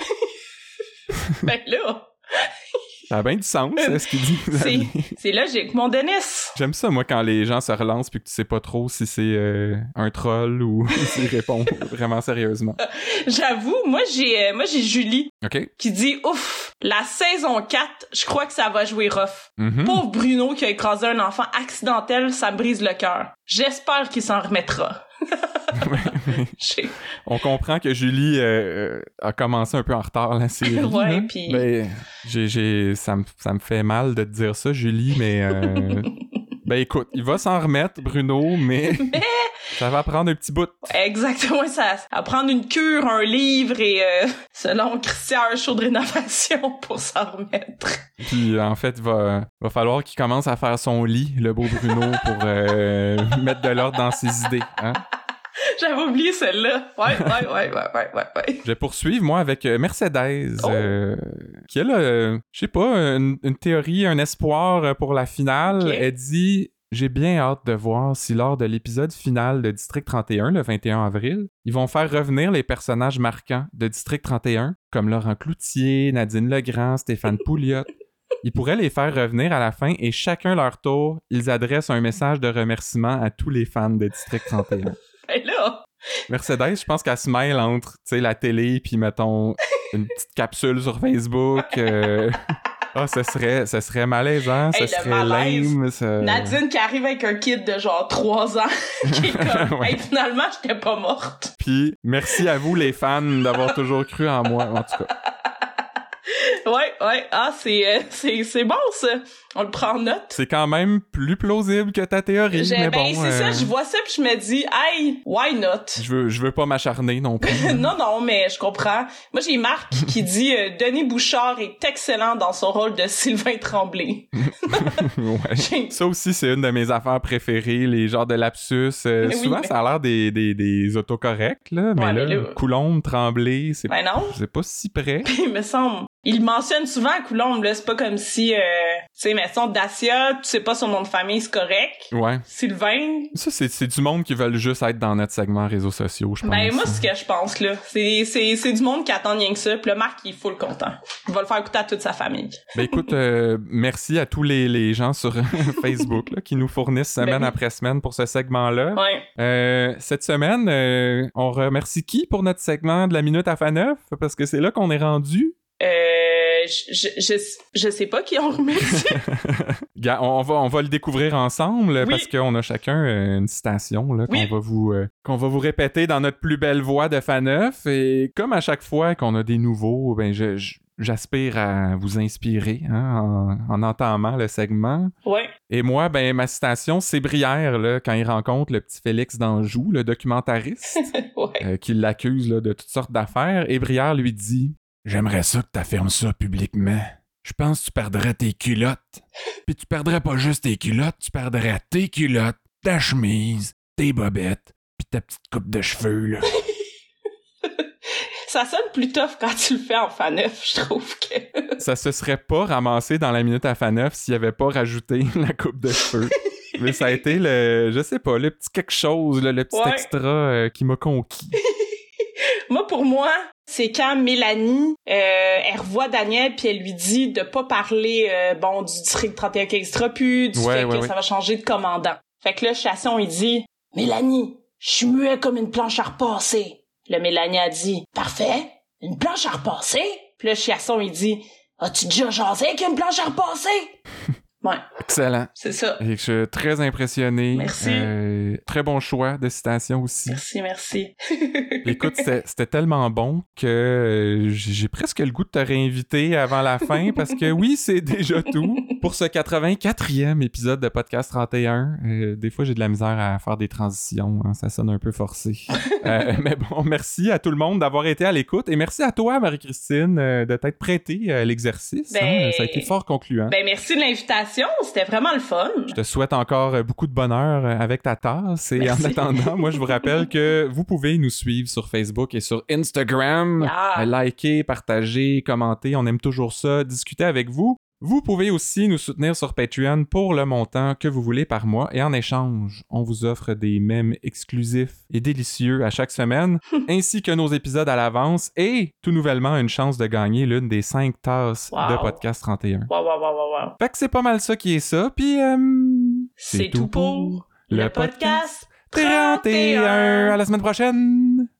Ben là... Ça a bien du sens, c'est ce qu'il dit. C'est, c'est logique, mon Denis. J'aime ça, moi, quand les gens se relancent puis que tu sais pas trop si c'est euh, un troll ou s'ils répondent vraiment sérieusement. J'avoue, moi, j'ai euh, moi j'ai Julie okay. qui dit « Ouf, la saison quatre, je crois que ça va jouer rough. Mm-hmm. Pauvre Bruno qui a écrasé un enfant accidentel, ça me brise le cœur. J'espère qu'il s'en remettra. » ouais, ouais. On comprend que Julie euh, a commencé un peu en retard la série. ouais, hein? puis... Ben, j'ai, j'ai, ça, me, ça me fait mal de te dire ça, Julie, mais... Euh... ben écoute, il va s'en remettre, Bruno, mais... mais... ça va prendre un petit bout. Exactement, ça va prendre une cure, un livre et, euh, selon Christian, un show de rénovation pour s'en remettre. Puis en fait, il va, va falloir qu'il commence à faire son lit, le beau Bruno, pour euh, mettre de l'ordre dans ses idées, hein? J'avais oublié celle-là. Ouais, ouais, ouais, ouais, ouais, ouais, ouais. Je vais poursuivre, moi, avec Mercedes, oh. euh, qui a, euh, je sais pas, une, une théorie, un espoir pour la finale. Okay. Elle dit « J'ai bien hâte de voir si lors de l'épisode final de District trente et un, le vingt et un avril, ils vont faire revenir les personnages marquants de District trente et un, comme Laurent Cloutier, Nadine Legrand, Stéphane Pouliot. Ils pourraient les faire revenir à la fin et chacun leur tour, ils adressent un message de remerciement à tous les fans de District trente et un. » Et là... Mercedes, je pense qu'elle se mêle entre, tu sais, la télé puis mettons une petite capsule sur Facebook. Euh... Ah, ce serait, ce serait malaisant, hey, ce serait malaise. lame. Ça... Nadine qui arrive avec un kid de genre trois ans, qui est comme, ouais. Hey, finalement, j'étais pas morte. Puis, merci à vous les fans d'avoir toujours cru en moi, en tout cas. Ouais, ouais, ah, c'est, euh, c'est, c'est bon, ça. On le prend en note. C'est quand même plus plausible que ta théorie, J'ai, mais ben, bon... c'est euh... ça, je vois ça pis je me dis, hey, why not? Je veux, je veux pas m'acharner non plus. non, non, mais je comprends. Moi, j'ai Marc qui dit euh, « Denis Bouchard est excellent dans son rôle de Sylvain Tremblay. » Ouais. Ça aussi, c'est une de mes affaires préférées, les genres de lapsus. Euh, oui, souvent, mais... ça a l'air des, des, des autocorrects, là, mais ouais, là, mais là... Coulombe, Tremblay, c'est, ben non. c'est pas si près. Il me semble... Il mentionne souvent à Coulombe, là, c'est pas comme si, euh, tu sais, mettons, Dacia, tu sais pas son nom de famille, c'est correct. Ouais. Sylvain. Ça, c'est, c'est du monde qui veulent juste être dans notre segment réseaux sociaux, je pense. Ben, moi, c'est ce que je pense, là. C'est, c'est, c'est du monde qui attend rien que ça, pis le Marc, il est full content. Il va le faire écouter à toute sa famille. Ben, écoute, euh, merci à tous les, les gens sur Facebook, là, qui nous fournissent semaine ben, après semaine pour ce segment-là. Ouais. Euh, cette semaine, euh, on remercie qui pour notre segment de la Minute à Faneuf? Parce que c'est là qu'on est rendu. Euh, je, je, je sais pas qui on remercie. on, va, on va le découvrir ensemble oui. parce qu'on a chacun une citation là, oui. qu'on, va vous, euh, qu'on va vous répéter dans notre plus belle voix de Faneuf. Et comme à chaque fois qu'on a des nouveaux, ben je, je, j'aspire à vous inspirer hein, en, en entamant le segment. Ouais. Et moi, ben ma citation, c'est Brière là, quand il rencontre le petit Félix d'Anjou, le documentariste, ouais. euh, qui l'accuse là, de toutes sortes d'affaires. Et Brière lui dit... J'aimerais ça que t'affirmes ça publiquement. Je pense que tu perdrais tes culottes. Puis tu perdrais pas juste tes culottes, tu perdrais tes culottes, ta chemise, tes bobettes, puis ta petite coupe de cheveux, là. Ça sonne plus tough quand tu le fais en Faneuf, je trouve que... Ça se serait pas ramassé dans la Minute à Faneuf s'il avait pas rajouté la coupe de cheveux. Mais ça a été le, je sais pas, le petit quelque chose, là, le petit ouais. extra euh, qui m'a conquis. Moi, pour moi, c'est quand Mélanie, euh, elle revoit Daniel puis elle lui dit de pas parler, euh, bon, du district trente et un qui n'existera plus, du ouais, fait ouais, que ouais. ça va changer de commandant. Fait que là, Chasson, il dit « Mélanie, je suis muet comme une planche à repasser. » Le Mélanie a dit « Parfait, une planche à repasser? » Puis là, Chasson, il dit « As-tu déjà jasé avec une planche à repasser? » Ouais. Excellent. C'est ça. Et je suis très impressionné. Merci. Euh, très bon choix de citation aussi. Merci, merci. Écoute, c'était, c'était tellement bon que euh, j'ai presque le goût de te réinviter avant la fin parce que oui, c'est déjà tout pour ce quatre-vingt-quatrième épisode de Podcast trente et un. Euh, des fois, j'ai de la misère à faire des transitions. Hein, ça sonne un peu forcé. euh, mais bon, merci à tout le monde d'avoir été à l'écoute et merci à toi, Marie-Christine, euh, de t'être prêtée à l'exercice. Ben... Hein, ça a été fort concluant. Ben, merci de l'invitation. l'invitation. C'était vraiment le fun. Je te souhaite encore beaucoup de bonheur avec ta tasse. Et Merci. en attendant, moi, je vous rappelle que vous pouvez nous suivre sur Facebook et sur Instagram. Yeah. Liker, partager, commenter. On aime toujours ça. Discuter avec vous. Vous pouvez aussi nous soutenir sur Patreon pour le montant que vous voulez par mois et en échange, on vous offre des mèmes exclusifs et délicieux à chaque semaine, ainsi que nos épisodes à l'avance et tout nouvellement une chance de gagner l'une des cinq tasses Wow. de Podcast trente et un. Wow, wow, wow, wow, wow. Fait que c'est pas mal ça qui est ça, puis euh, C'est tout pour le le podcast trente et un. trente et un. À la semaine prochaine!